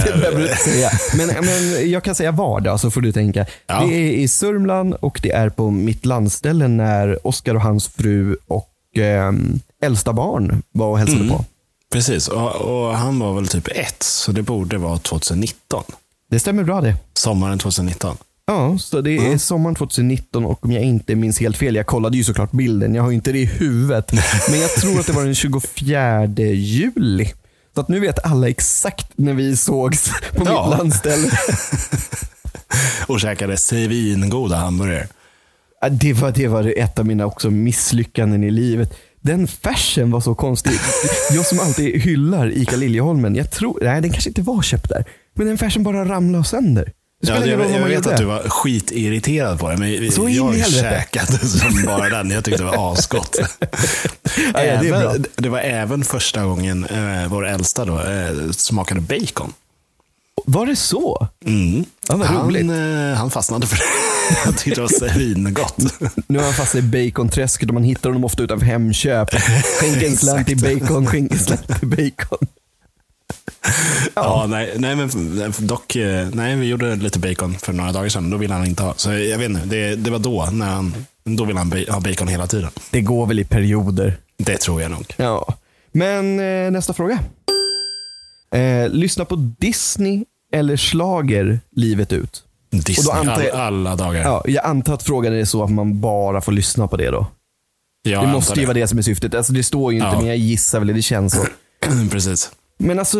men jag kan säga var då, så får du tänka. Ja. Det är i Sörmland och det är på mitt landställe när Oskar och hans fru och äldsta barn var och hälsade på. Precis, och han var väl typ 1, så det borde vara 2019. Det stämmer bra det. Sommaren 2019. Ja, så det är sommaren 2019 och om jag inte minns helt fel, jag kollade ju såklart bilden, jag har ju inte det i huvudet, men jag tror att det var den 24 juli. Så att nu vet alla exakt när vi sågs på mitt landställe. Och käkade svingoda hamburgare. Det var ett av mina också misslyckanden i livet. Den färsen var så konstig. Jag som alltid hyllar Ica Liljeholmen, den kanske inte var köpt där, men den färsen bara ramlade sönder. Jag vet att du var skitirriterad på det, men så jag käkade som bara den. Jag tyckte det var asgott. Det var även första gången vår äldsta då smakade bacon. Var det så? Ja, vad roligt. Han fastnade för det. Jag tyckte det var svingott. Nu har han fast i baconträsket och man hittar honom ofta utanför Hemköp. Skänkenslant i bacon, skänkenslant i bacon. Ja, nej, men dock, vi gjorde lite bacon för några dagar sedan. Då ville han inte ha. Så jag vet inte, det var då ville han ha bacon hela tiden. Det går väl i perioder. Det tror jag nog. Ja. Men nästa fråga. Lyssna på Disney eller schlager livet ut? Disney, och då alla dagar. Ja, jag antar att frågan är så att man bara får lyssna på det då. Det måste ju vara det som är syftet. Alltså det står ju inte, men jag gissar väl, det känns så. Precis. Men alltså,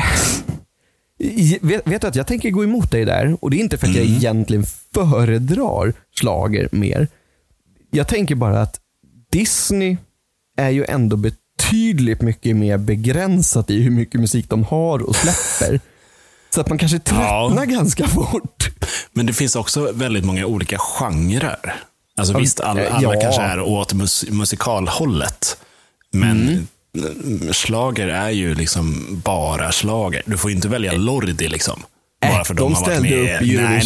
vet du att jag tänker gå emot dig där. Och det är inte för att jag egentligen föredrar schlager mer. Jag tänker bara att Disney är ju ändå betydligt mycket mer begränsat i hur mycket musik de har och släpper. Så att man kanske tröttnar ganska fort. Men det finns också väldigt många olika genrer. Alltså visst, alla kanske är åt musikalhållet. Men slager är ju liksom bara slager. Du får ju inte välja Lordi liksom. Bara för de har varit med.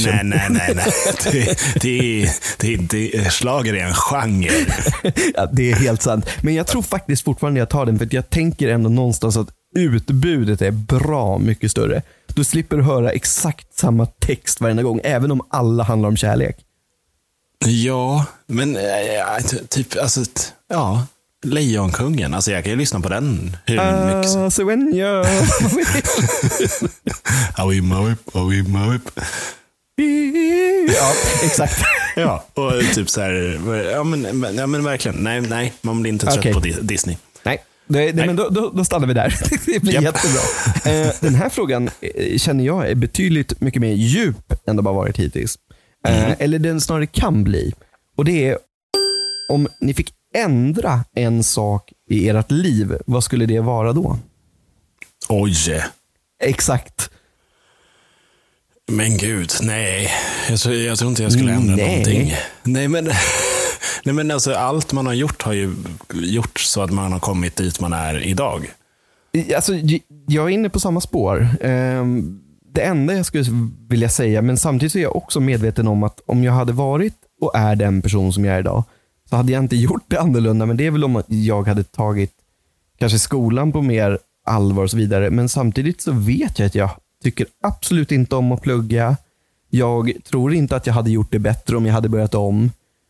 Nej. Slager är en genre. Ja, det är helt sant. Men jag tror faktiskt fortfarande jag tar den, för jag tänker ändå någonstans att utbudet är bra mycket större. Du slipper höra exakt samma text varje gång, även om alla handlar om kärlek. Ja, men typ, alltså, ja, Lejonkungen. Alltså jag kan ju lyssna på den hur mycket som... Så when you... Ja, exakt. Ja, och typ så här, ja men verkligen. Nej, man blir inte trött på Disney. Nej. Men då stannar vi där. Det blir jättebra. Den här frågan känner jag är betydligt mycket mer djup än det bara varit hittills. Eller den snarare kan bli. Och det är, om ni fick ändra en sak i ert liv, vad skulle det vara då? Oj. Exakt. Men gud, nej. Jag tror inte jag skulle ändra någonting. Nej, men alltså allt man har gjort har ju gjort så att man har kommit dit man är idag. Alltså, jag är inne på samma spår. Det enda jag skulle vilja säga, men samtidigt så är jag också medveten om att om jag hade varit och är den person som jag är idag, så hade jag inte gjort det annorlunda. Men det är väl om att jag hade tagit kanske skolan på mer allvar och så vidare. Men samtidigt så vet jag att jag tycker absolut inte om att plugga. Jag tror inte att jag hade gjort det bättre om jag hade börjat om.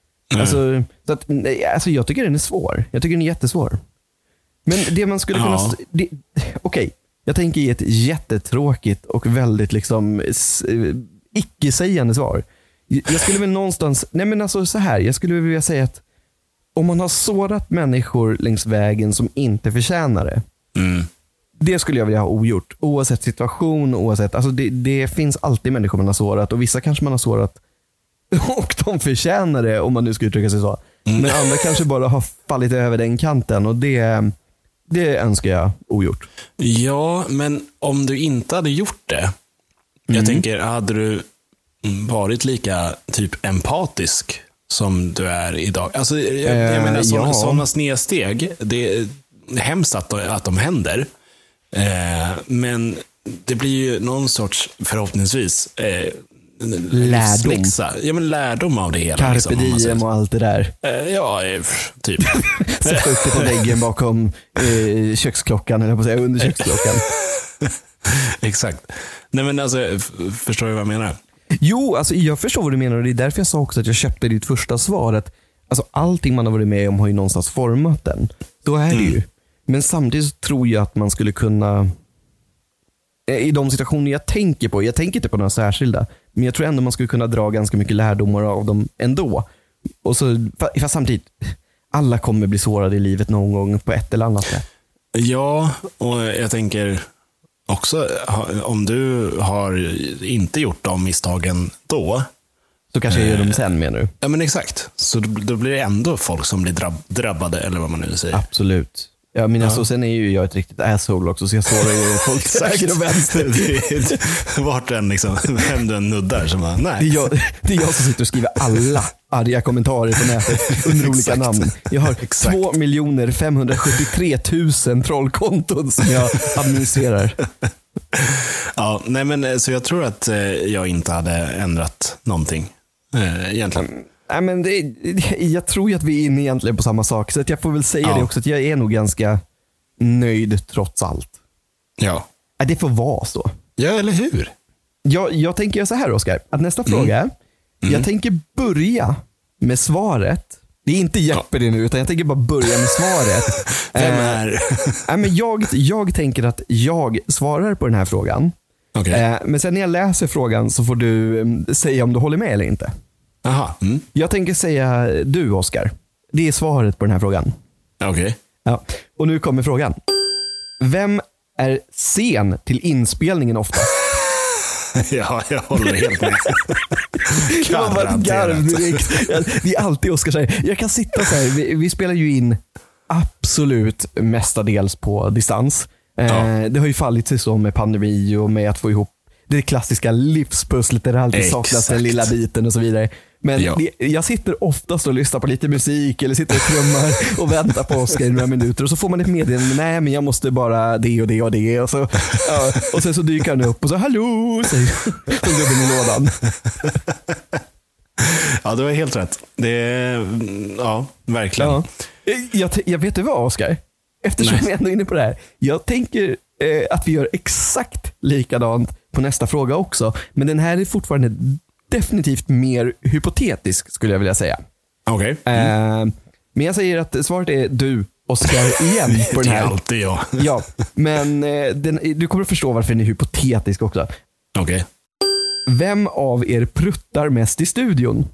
Alltså jag tycker den är svår. Jag tycker den är jättesvår. Men det man skulle kunna... Okej. Jag tänker i ett jättetråkigt och väldigt liksom icke-sägande svar. Jag skulle väl någonstans... Nej men alltså så här. Jag skulle vilja säga att om man har sårat människor längs vägen som inte förtjänar det. Det skulle jag vilja ha ogjort. Oavsett situation, oavsett... Alltså det finns alltid människor man har sårat. Och vissa kanske man har sårat och de förtjänar det, om man nu ska uttrycka sig så. Men andra kanske bara har fallit över den kanten. Och det önskar jag ogjort. Ja, men om du inte hade gjort det, jag tänker, hade du varit lika typ empatisk som du är idag? Alltså, jag menar, sådana snedsteg, det är hemskt att de händer. Men det blir ju någon sorts, förhoppningsvis, lärdom. Ja, men lärdom av det hela. Carpe diem och allt det där. Ja, typ. Sätta upp det på väggen bakom köksklockan, eller på att säga, under köksklockan. Exakt. Nej men alltså, förstår du vad jag menar? Jo, alltså jag förstår vad du menar, och det är därför jag sa också att jag köpte ditt första svar. Att, alltså, allting man har varit med om har ju någonstans format den. Då är det ju. Men samtidigt tror jag att man skulle kunna, i de situationer jag tänker på, jag tänker inte på några särskilda, men jag tror ändå man skulle kunna dra ganska mycket lärdomar av dem ändå. Och så, fast samtidigt, alla kommer bli sårade i livet någon gång på ett eller annat sätt. Ja, och jag tänker också, om du har inte gjort de misstagen då, så kanske jag gör dem sen, menar du? Ja, men exakt. Så då blir det ändå folk som blir drabbade, eller vad man nu säger. Absolut. Ja, men alltså, sen är ju jag ett riktigt asshole också, så jag sårar ju folk säkert och vänster. Vart den liksom, vem den nuddar som bara, nej. Det är jag som sitter och skriver alla arga kommentarer på nätet under olika namn. Jag har 2 573 000 trollkonton som jag administrerar. Ja, nej men så jag tror att jag inte hade ändrat någonting egentligen. Nej, men jag tror ju att vi är inne egentligen på samma sak, så att jag får väl säga det också, att jag är nog ganska nöjd trots allt. Ja. Det får vara så. Ja, eller hur? Jag tänker göra så här, Oskar, att nästa fråga, jag tänker börja med svaret. Det är inte Jeopardy nu, utan jag tänker bara börja med svaret. Vem är? Men jag tänker att jag svarar på den här frågan. Okay. Men sen när jag läser frågan så får du säga om du håller med eller inte. Aha. Jag tänker säga du, Oskar. Det är svaret på den här frågan. Okej. Ja. Och nu kommer frågan. Vem är sen till inspelningen ofta? Ja, jag håller helt med. Det är alltid Oskar säger. Jag kan sitta så här. Vi spelar ju in absolut mestadels på distans. Det har ju fallit sig så med pandemi och med att få ihop det klassiska livspusslet där det alltid saknas den lilla biten och så vidare. Men jag sitter oftast och lyssnar på lite musik eller sitter och trummar och väntar på Oscar i några minuter och så får man ett meddelande, nej men jag måste bara det och det och det och så, ja, och sen så dyker han upp och så hallå, säger gubben i lådan. Ja, det var helt rätt. Det är, ja, verkligen. Ja. Jag vet du vad, Oscar? Eftersom vi ändå är inne på det här. Jag tänker att vi gör exakt likadant på nästa fråga också. Men den här är fortfarande definitivt mer hypotetisk, skulle jag vilja säga. Okej. Men jag säger att svaret är du, Oscar, igen på den här. Det är alltid jag. Ja, men du kommer att förstå varför den är hypotetisk också. Okej. Vem av er pruttar mest i studion?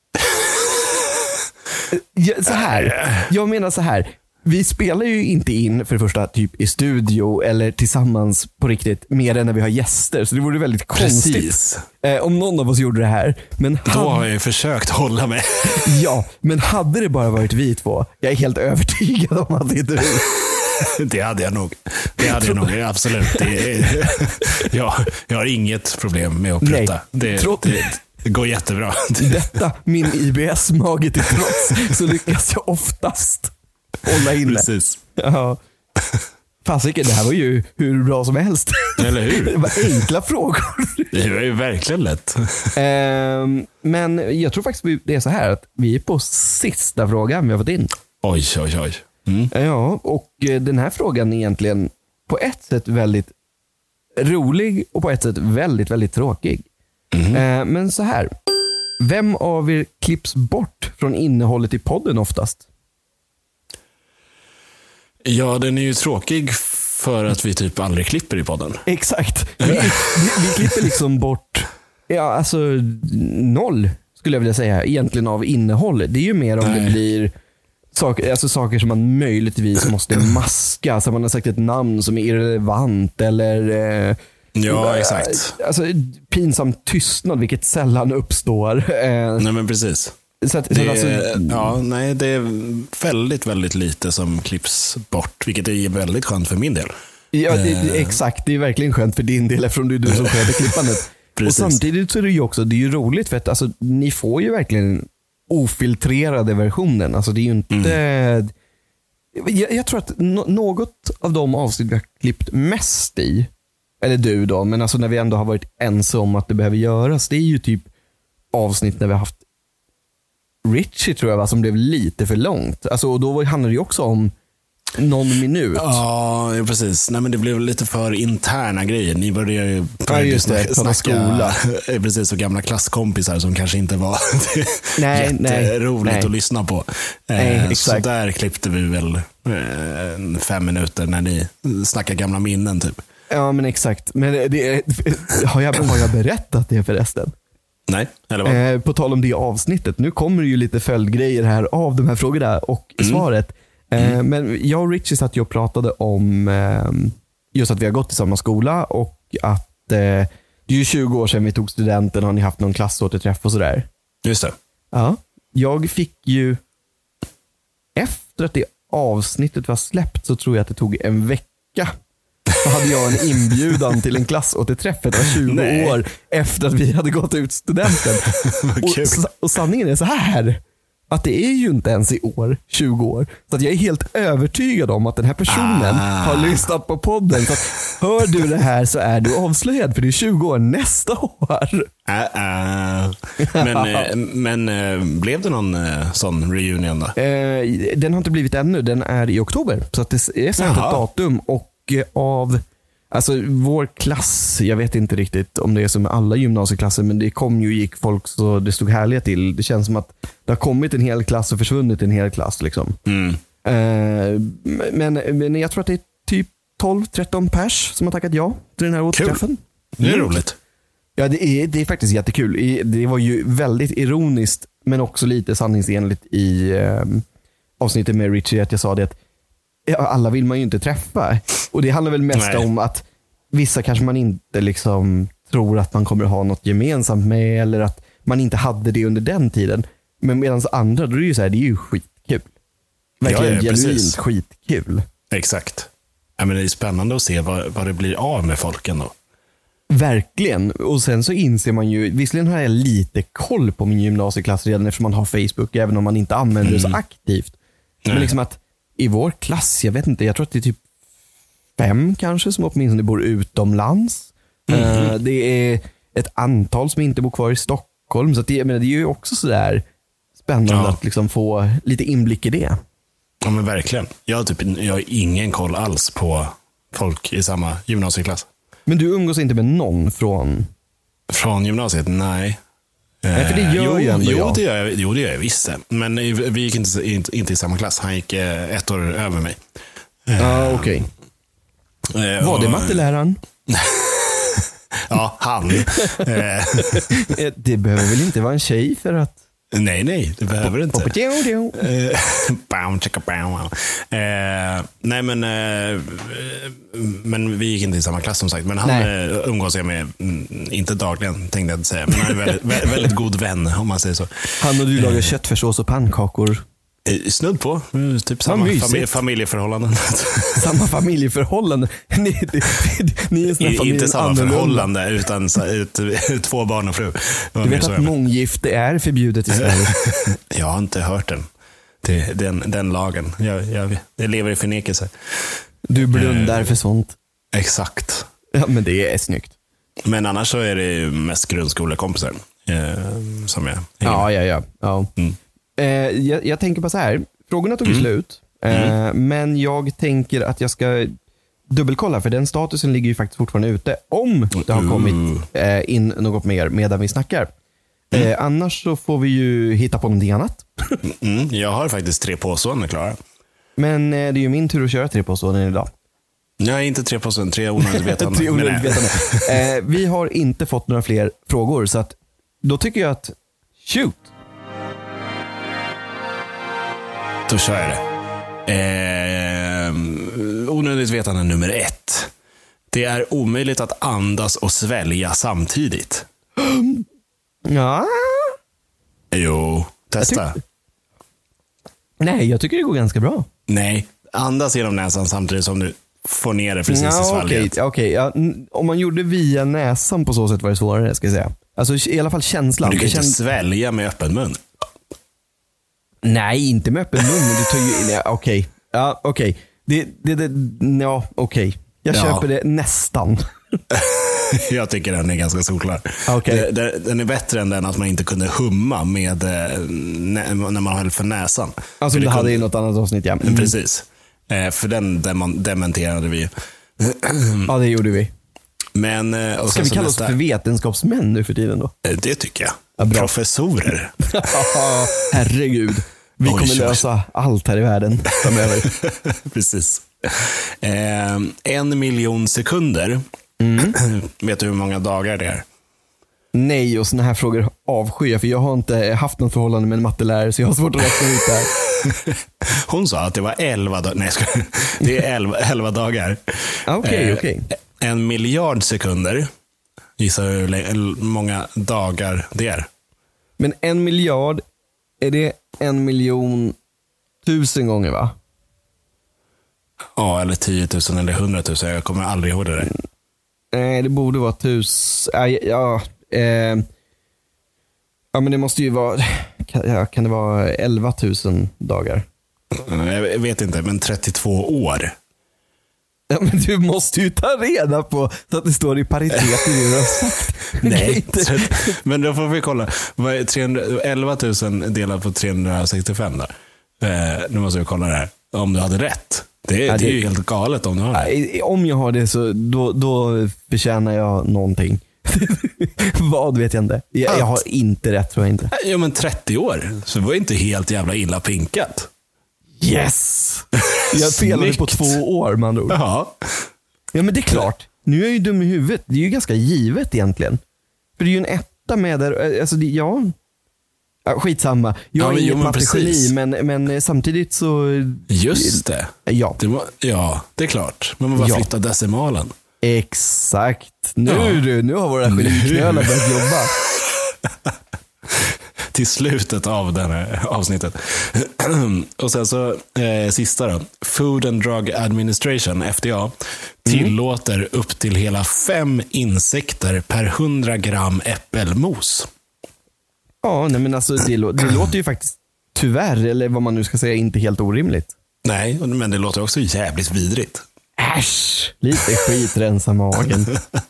Så här. Jag menar så här. Vi spelar ju inte in för det första typ i studio eller tillsammans på riktigt mer än när vi har gäster. Så det vore väldigt konstigt om någon av oss gjorde det här. Men då har jag ju försökt hålla mig. Ja, men hade det bara varit vi två, jag är helt övertygad om att det är du. Det hade jag nog. Absolut. Jag har inget problem med att prutta. Det går jättebra. Detta, min IBS-mage till trots, så lyckas jag oftast hålla inne. Precis. Ja. Fasiken, det här var ju hur bra som helst. Eller hur? Det var enkla frågor. Det var ju verkligen lätt. Men jag tror faktiskt det är så här att vi är på sista frågan vi har fått in. Oj. Ja, och den här frågan är egentligen på ett sätt väldigt rolig och på ett sätt väldigt, väldigt tråkig. Men så här. Vem av er klipps bort från innehållet i podden oftast? Ja, den är ju tråkig för att vi typ aldrig klipper i podden. Exakt. Vi klipper liksom bort alltså 0 skulle jag vilja säga egentligen av innehållet. Det är ju mer om det blir saker som man möjligtvis måste maska. Så man har sagt ett namn som är irrelevant eller ja, exakt. Alltså pinsam tystnad, vilket sällan uppstår. Nej, men precis. Det är väldigt, väldigt lite som klipps bort, vilket är väldigt skönt för min del. Ja, exakt. Det är verkligen skönt för din del eftersom det är du som sköter klippandet. Och samtidigt så är det ju också, det är ju roligt för att alltså, ni får ju verkligen ofiltrerade versionen. Alltså det är ju inte... Jag tror att något av de avsnitt vi har klippt mest i, eller du då, men alltså när vi ändå har varit ense om att det behöver göras, det är ju typ avsnitt när vi har haft Richie, tror jag, som blev lite för långt. Alltså, och då handlar det ju också om någon minut. Ja, precis. Nej, men det blev lite för interna grejer. Ni började ju snacka precis, och gamla klasskompisar som kanske inte var jätteroligt att lyssna på. Så där klippte vi väl 5 minuter när ni snackar gamla minnen typ. Ja, men exakt. Men har jag berättat det förresten? Nej, eller vad? På tal om det avsnittet. Nu kommer det ju lite följdgrejer här av de här frågorna och svaret. Men jag och Richie satt ju och pratade om just att vi har gått i samma skola och att det är ju 20 år sedan vi tog studenten. Har ni haft någon klassåterträff och sådär? Just det. Ja, jag fick ju efter att det avsnittet var släppt så tror jag att det tog en vecka. Så hade jag en inbjudan till en klassåterträff. Det var 20 år efter att vi hade gått ut studenten. och sanningen är så här, att det är ju inte ens i år 20 år. Så att jag är helt övertygad om att den här personen har lyssnat på podden. Så att, hör du det här så är du avslöjad, för det är 20 år nästa år. Men blev det någon sån reunion då? Den har inte blivit ännu. Den är i oktober. Så att det är satt ett datum. Och av vår klass, jag vet inte riktigt om det är som med alla gymnasieklasser, men det kom ju gick folk så det stod härliga till. Det känns som att det har kommit en hel klass och försvunnit en hel klass liksom. Men jag tror att det är typ 12-13 pers som har tackat ja till den här återträffen. Det är roligt. Ja, det är faktiskt jättekul. Det var ju väldigt ironiskt men också lite sanningsenligt i avsnittet med Richie att jag sa det att alla vill man ju inte träffa. Och det handlar väl mest om att vissa kanske man inte liksom tror att man kommer ha något gemensamt med, eller att man inte hade det under den tiden. Men medan andra, då är det ju så här, det är ju skitkul. Verkligen genuint skitkul. Exakt. Ja, men det är spännande att se vad det blir av med folken då. Verkligen. Och sen så inser man ju, visserligen har jag lite koll på min gymnasieklass redan eftersom man har Facebook, även om man inte använder det så aktivt. Men liksom att i vår klass, jag vet inte, jag tror att det är typ 5 kanske som åtminstone bor utomlands. Det är ett antal som inte bor kvar i Stockholm. Så att det är ju också sådär spännande att liksom få lite inblick i det. Ja, men verkligen. Jag har ingen koll alls på folk i samma gymnasieklass. Men du umgås inte med någon från gymnasiet? Nej. Nej, för det gör ju ändå jag. Det gör jag visst. Men vi gick inte i samma klass. Han gick 1 år över mig. Okej. Var det matteläraren? Ja, han. Det behöver väl inte vara en tjej för att... Nej, det behöver inte. Nej, men vi gick inte i samma klass som sagt. Men han umgås jag med, inte dagligen tänkte jag säga. Men han är väldigt god vän om man säger så. Han och du lagar köttfärssås och pannkakor. Snudd på. Typ samma familjeförhållanden. Samma familjeförhållanden? Ni är såna inte samma förhållande, utan 2 barn och fru. Du vet att månggifte är förbjudet i Sverige? Jag har inte hört den lagen. Jag lever i förnekelse. Du blundar för sånt. Exakt. Ja, men det är snyggt. Men annars så är det mest grundskolekompisar som jag hänger. Ja. Jag tänker på så här. Frågorna tog slut. Men jag tänker att jag ska dubbelkolla, för den statusen ligger ju faktiskt fortfarande ute. Om det har kommit in något mer medan vi snackar. Annars så får vi ju hitta på någonting annat. Jag har faktiskt 3 påståenden klara. Men det är ju min tur att köra 3 påståenden idag. Nej, inte 3 påståenden, 3 onödigt vetande. 3 onödigt vetande. Vi har inte fått några fler frågor, så att då tycker jag att shoot. Då kör jag det. Onödigt vetande nummer 1. Det är omöjligt att andas och svälja samtidigt. Ja. Jo, testa. Jag tycker det går ganska bra. Nej, andas genom näsan samtidigt som du får ner det precis i svalget. Okej. Ja, om man gjorde via näsan på så sätt var det svårare, ska jag säga. Alltså i alla fall känslan. Men du kan inte svälja med öppen mun. Nej, inte med öppen mun. Du tar ju... Okej. Ja, okej. Okej. Jag köper det nästan. Jag tycker den är ganska solklar. Okay. Den är bättre än den att man inte kunde humma med när man höll för näsan. Alltså för det hade i något annat avsnitt, ja. Precis. För den dementerade vi. Ja, det gjorde vi. Men, ska vi kalla oss för vetenskapsmän nu för tiden då? Det tycker jag. Ja, bra. Professorer. Herregud. Vi kommer lösa allt här i världen framöver. Precis. 1 miljon sekunder. Vet du hur många dagar det är? Nej, och såna här frågor avskyr, för jag har inte haft något förhållande med en mattelärare, så jag har svårt att räkna ut det här. Hon sa att det var 11 dagar. Nej, det är 11 dagar. Okej. 1 miljard sekunder. Gissa hur många dagar det är. Men 1 miljard, är det 1 miljon 1000 gånger, va? Ja, eller 10 000 eller 100 000. Jag kommer aldrig ihåg det där. Nej, det borde vara 1000. Ja, men det måste ju vara... Kan det vara 11 000 dagar? Jag vet inte, men 32 år. Ja, men du måste ju ta reda på så att det står i paritet i det du har sagt. Nej, men då får vi kolla. Vad är 11 000 delat på 365 där? Nu måste vi kolla det här. Om du hade rätt. Det är ju helt galet om du har det. Om jag har det så då förtjänar jag någonting. Vad vet jag inte. Jag har inte rätt, tror jag inte. Ja, men 30 år. Så det var inte helt jävla illa pinkat. Yes! Jag felade på 2 år, man tror. Ja. Ja, men det är klart. Nu är jag ju dum i huvudet. Det är ju ganska givet egentligen. För det är ju en etta med där. Alltså, skitsamma. Jag är inget mattegeni, men samtidigt så... Just det. Ja. Det är klart. Men man bara flytta decimalen. Exakt. Nu har våra geniknölar börjat jobba. till slutet av det här avsnittet. Och sen så sista då. Food and Drug Administration, FDA, tillåter upp till hela 5 insekter per 100 gram äppelmos. Ja, nej, men alltså det låter ju faktiskt tyvärr, eller vad man nu ska säga, inte helt orimligt. Nej, men det låter också jävligt vidrigt. Äsch, lite skit rensa magen.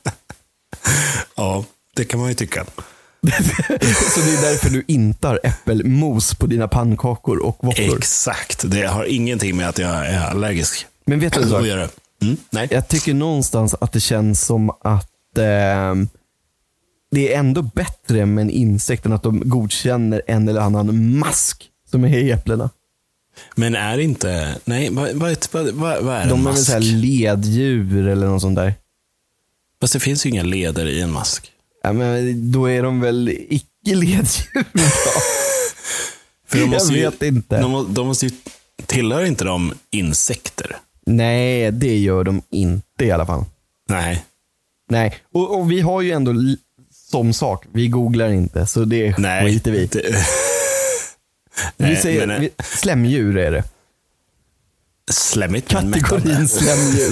Ja, det kan man ju tycka. Så det är därför du inte har äppelmos på dina pannkakor och våfflor. Exakt, det har ingenting med att jag är allergisk. Men vet du vad? Nej. Jag tycker någonstans att det känns som att det är ändå bättre med en insekt än att de godkänner en eller annan mask som är i äpplena. Men är det inte... Nej, vad är en mask? De är väl så här leddjur eller något sånt där. Fast det finns ju inga leder i en mask. Ja, men då är de väl icke-leddjur då? För jag vet inte. De måste ju... Tillhör inte de insekter? Nej, det gör de inte i alla fall. Nej. Och vi har ju ändå som sak, vi googlar inte, så det skiter vi. Vi säger slemdjur är det. Slemmigt. Kategorin slemdjur.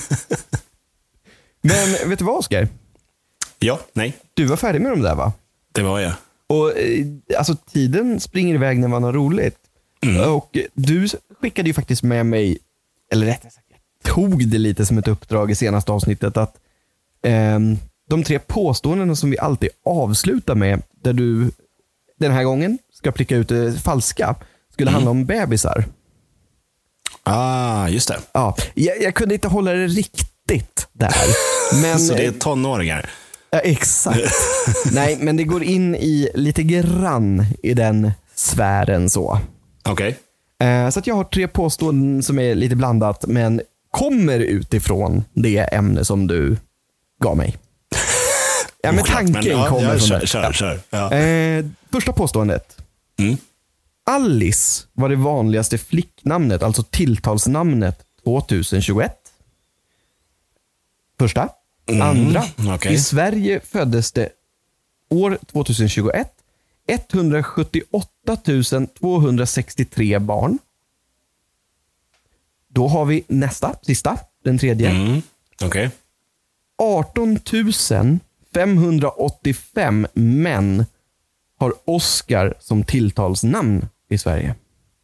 Men vet du vad, Oskar? Ja, nej. Du var färdig med dem där, va? Det var jag. Och alltså tiden springer iväg när man har roligt. Och du skickade ju faktiskt med mig, eller rättare sagt, jag tog det lite som ett uppdrag i senaste avsnittet, att de 3 påståendena som vi alltid avslutar med, där du den här gången ska pricka ut det falska, skulle handla om bebisar. Just det. Ja, jag kunde inte hålla det riktigt där. Men, så det är tonåringar. Ja, exakt. Nej, men det går in i lite grann i den sfären så. Okej. Så att jag har 3 påståenden som är lite blandat, men kommer utifrån det ämne som du gav mig. Ja, men tanken kommer från det. Kör. Ja. Första påståendet. Alice var det vanligaste flicknamnet, alltså tilltalsnamnet 2021. Första. Andra. Okay. I Sverige föddes det år 2021 178 263 barn. Då har vi sista, den tredje. Okej. 18 585 män har Oscar som tilltalsnamn i Sverige.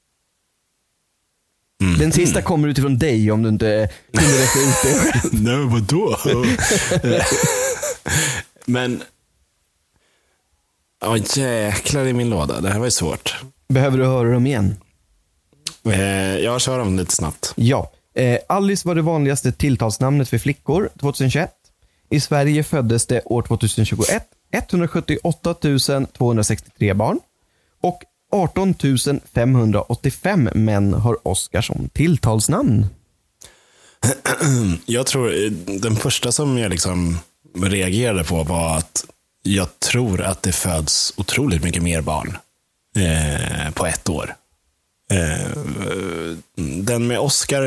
Den sista kommer utifrån dig om du inte kunde räkna ut det själv. Nej, vadå? Men jäklar i min låda. Det här var ju svårt. Behöver du höra dem igen? Jag kör dem lite snabbt. Ja. Alice var det vanligaste tilltalsnamnet för flickor 2021. I Sverige föddes det år 2021 178 263 barn. Och 18 585 män har Oscar som tilltalsnamn. Jag tror den första som jag liksom reagerade på var att jag tror att det föds otroligt mycket mer barn på ett år. Den med Oscar,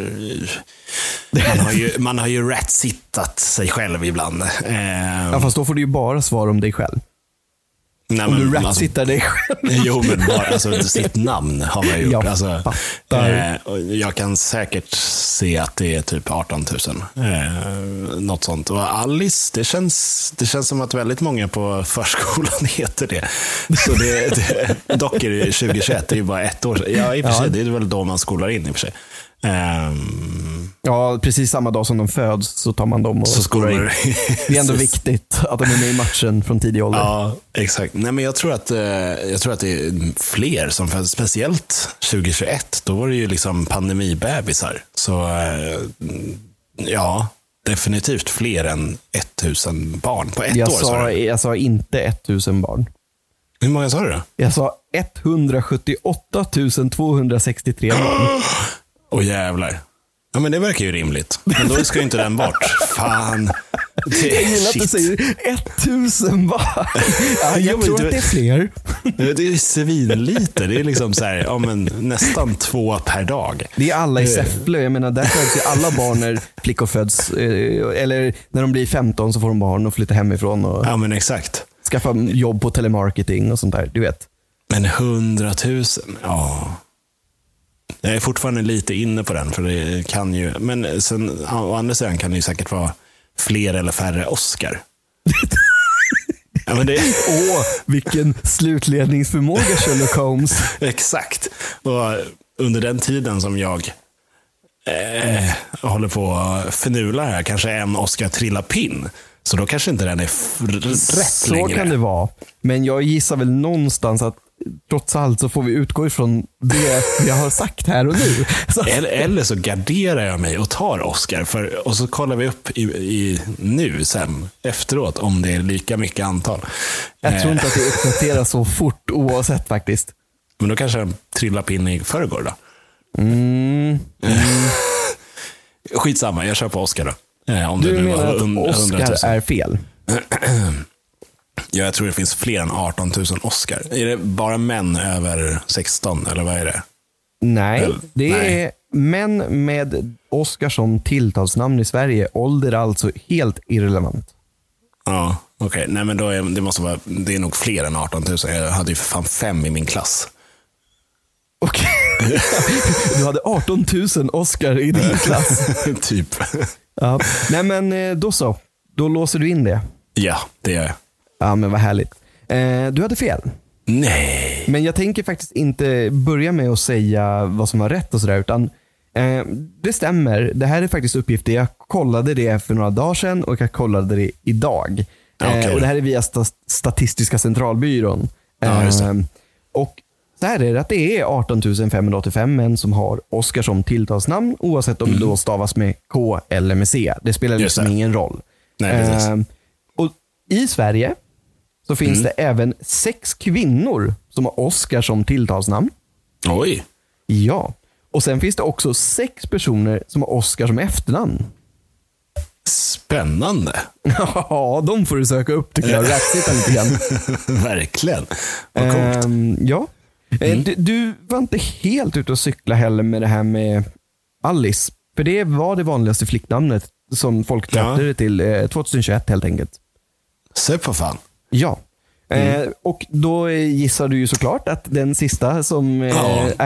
man har ju rättsittat sig själv ibland. Ja, fast då får du ju bara svara om dig själv. Nej, om du rättsittar dig själv. Jo, men bara sitt namn har man gjort. Jag kan säkert se att det är typ 18 000. Något sånt. Och Alice, det känns som att väldigt många på förskolan heter det. Så dock är det 2021, det är ju bara ett år sedan. Ja, i och för sig, det är väl då man skolar in i och för sig. Ja, precis samma dag som de föds så tar man dem och skolar in. Det är ändå viktigt att de är med i matchen från tidig ålder. Ja, exakt. Nej, men jag tror att det är fler som föds, speciellt 2021. Då var det ju liksom pandemibebisar. Så ja, definitivt fler än 1000 barn på ett år. Jag sa inte 1000 barn. Hur många sa du då? Jag sa 178 263 barn. Åh jävlar. Ja, men det verkar ju rimligt. Men då ska ju inte den bort. Fan. Jag gillar att du säger 1000 barn. Ja, jag tror att det är fler. Det är svinlite. Det är liksom så här, ja, men nästan 2 per dag. Det är alla i Säffle. Jag menar, där föds ju alla barn när flickor föds. Eller när de blir 15 så får de barn och flyttar hemifrån. Och... Ja, men exakt. skaffa jobb på telemarketing och sånt där, du vet. Men 100 000, ja. Jag är fortfarande lite inne på den, för det kan ju, men sen å andra sidan kan det ju säkert vara fler eller färre Oscar. Ja, men det... vilken slutledningsförmåga, Sherlock Holmes. Exakt. Och under den tiden som jag håller på att förnula här, kanske en Oscar trillar pinn. Så då kanske inte den är rätt så längre. Så kan det vara. Men jag gissar väl någonstans att trots allt så får vi utgå ifrån det vi har sagt här och nu. Eller så garderar jag mig och tar Oscar. Och så kollar vi upp i nu sen efteråt om det är lika mycket antal. Jag tror inte att det uppdateras så fort oavsett faktiskt. Men då kanske den trillar pinn i förrgår då. Skitsamma, jag kör på Oscar då. Om du det nu menar var att Oscar är fel? Ja, jag tror det finns fler än 18 000 Oscar. Är det bara män över 16 eller vad är det? Nej, det är män med Oscar som tilltalsnamn i Sverige. Ålder alltså helt irrelevant. Ja, okej. Nej, men då det är nog fler än 18 000. Jag hade ju för fan 5 i min klass. Okej. Du hade 18 000 Oscar i din klass. Typ. Ja. Nej, men då så. Då låser du in det. Ja, det gör jag. Ja, men vad härligt. Du hade fel. Nej. Men jag tänker faktiskt inte börja med att säga vad som var rätt och sådär, utan det stämmer. Det här är faktiskt uppgifter. Jag kollade det för några dagar sedan och jag kollade det idag. Okay. Och det här är via Statistiska centralbyrån. Ja, just det. Och så här är det att det är 18 585 män som har Oscar som tilltalsnamn, oavsett om det då stavas med K eller med C. Det spelar liksom ingen roll. Nej, och i Sverige så finns det även 6 kvinnor som har Oscar som tilltalsnamn. Oj. Ja. Och sen finns det också 6 personer som har Oscar som efternamn. Spännande. Ja, de får du söka upp tycker jag. Rättsitta lite grann. Verkligen. Vad coolt. Ja. Du var inte helt ute och cykla heller med det här med Alice. För det var det vanligaste flicknamnet som folk döpte det till 2021 helt enkelt. Se på fan. Ja. Och då gissar du ju såklart att den sista som det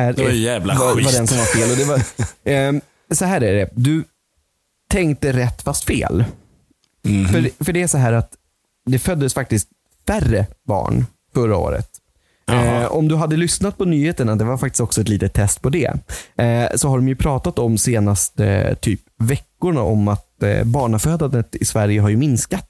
var den som var fel. Och det var, så här är det. Du tänkte rätt fast fel. För det är så här att det föddes faktiskt färre barn förra året. Om du hade lyssnat på nyheterna, det var faktiskt också ett litet test på det, så har de ju pratat om senaste typ veckorna om att barnafödandet i Sverige har ju minskat.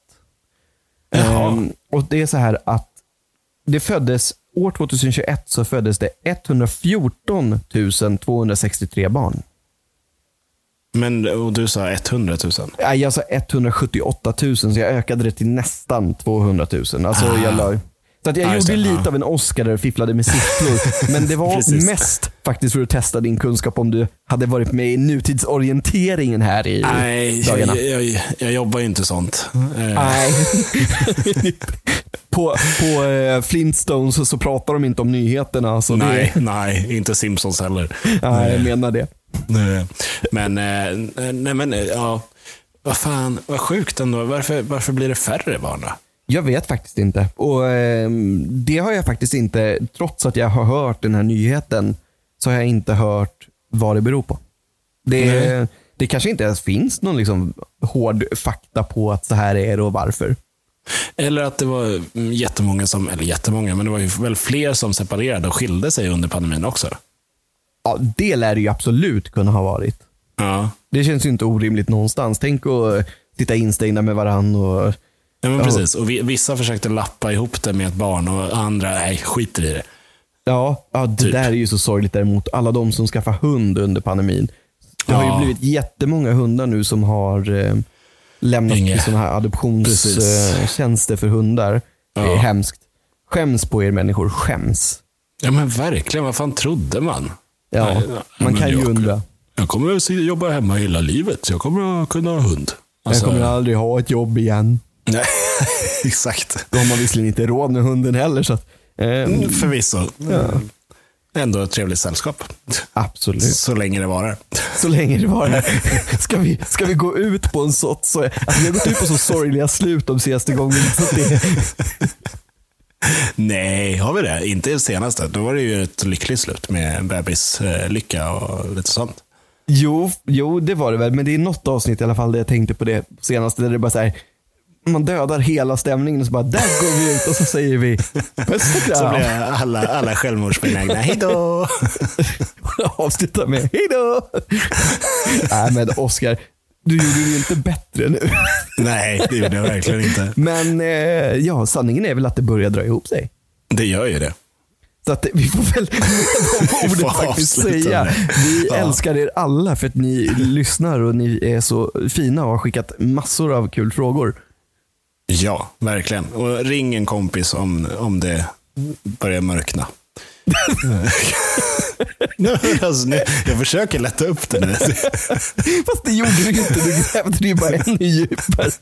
Och det är så här att det föddes år 2021 så föddes det 114 263 barn. Men och du sa 100 000? Ja, jag sa 178 000 så jag ökade det till nästan 200 000. Alltså så att jag gjorde lite av en Oscar där och fifflade med siffror. Men det var mest faktiskt för att testa din kunskap om du hade varit med i nutidsorienteringen här i dagarna. Jag jobbar ju inte sånt. Nej. på Flintstones så pratar de inte om nyheterna. Så nej, inte Simpsons heller. Nej, jag menar det. Men ja, vad fan, vad sjukt ändå. Varför blir det färre barn då? Jag vet faktiskt inte. Och det har jag faktiskt inte, trots att jag har hört den här nyheten, så har jag inte hört vad det beror på. Det kanske inte ens finns någon liksom hård fakta på att så här är det och varför. Eller att det var jättemånga, men det var ju väl fler som separerade och skilde sig under pandemin också. Ja, det lär det ju absolut kunna ha varit. Ja. Det känns ju inte orimligt någonstans. Tänk att sitta instängda med varann och... Ja, men precis. Och vissa försökte lappa ihop det med ett barn och andra, skiter i det. Ja, det där är ju så sorgligt däremot. Alla de som skaffar hund under pandemin. Det har ju blivit jättemånga hundar nu som har lämnat till sådana här adoptionstjänster för hundar. Det är hemskt. Skäms på er människor, skäms. Ja men verkligen, vad fan trodde man? Ja, man kan ju undra. Jag kommer att jobba hemma hela livet, så jag kommer att kunna ha hund. Alltså, jag kommer aldrig ha ett jobb igen. Nej, exakt. Då har man visserligen inte råd med hunden heller. Så att, förvisso. Ja. Ändå ett trevligt sällskap. Absolut. Så länge det varar. Så länge det varar. Ska vi gå ut på en sorts... Alltså, vi har gått ut på så sorgliga slut de senaste gångerna. Så Nej, har vi det? Inte det senaste. Då var det ju ett lyckligt slut med bebislycka och lite sånt. Jo, det var det väl. Men det är något avsnitt i alla fall där jag tänkte på det senaste. Där det bara så här, man dödar hela stämningen och så bara, där går vi ut och så säger vi så blir alla självmordsbenägna. Hejdå! Avsluta med hejdå! Nej, men Oscar, du gjorde det inte bättre nu. Nej, det gjorde jag verkligen inte. Men ja, sanningen är väl att det börjar dra ihop sig. Det gör ju det. Så att vi får väl de ordet faktiskt säga. Vi älskar er alla för att ni lyssnar och ni är så fina och har skickat massor av kul frågor. Ja, verkligen. Och ring en kompis om det börjar mörkna. Jag försöker lätta upp det nu. Fast det gjorde du inte. Du grävde det bara ännu djupare.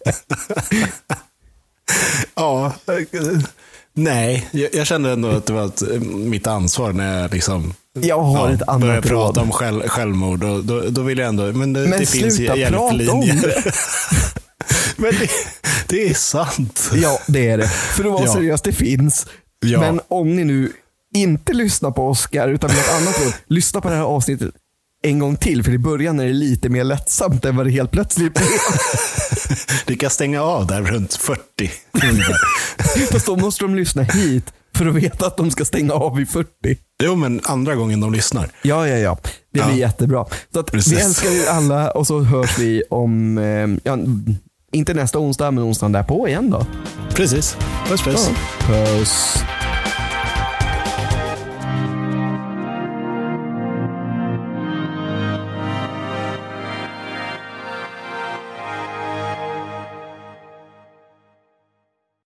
Ja, nej. Jag kände ändå att det var mitt ansvar när jag liksom ett annat började prata om självmord. Och då vill jag ändå... Men det finns ju hjälplinjer. Men det är sant. Ja, det är det. För att vara seriöst, det finns. Ja. Men om ni nu inte lyssnar på Oscar utan något annat råd, lyssna på det här avsnittet en gång till. För i början är det lite mer lättsamt än vad det helt plötsligt blev. Du kan stänga av där runt 40. Fast då måste de lyssna hit för att veta att de ska stänga av i 40. Jo, men andra gången de lyssnar. Ja. Det blir jättebra. Så att vi älskar er alla och så hörs vi om, inte nästa onsdag, men onsdagen därpå igen då. Precis. Puss. Puss.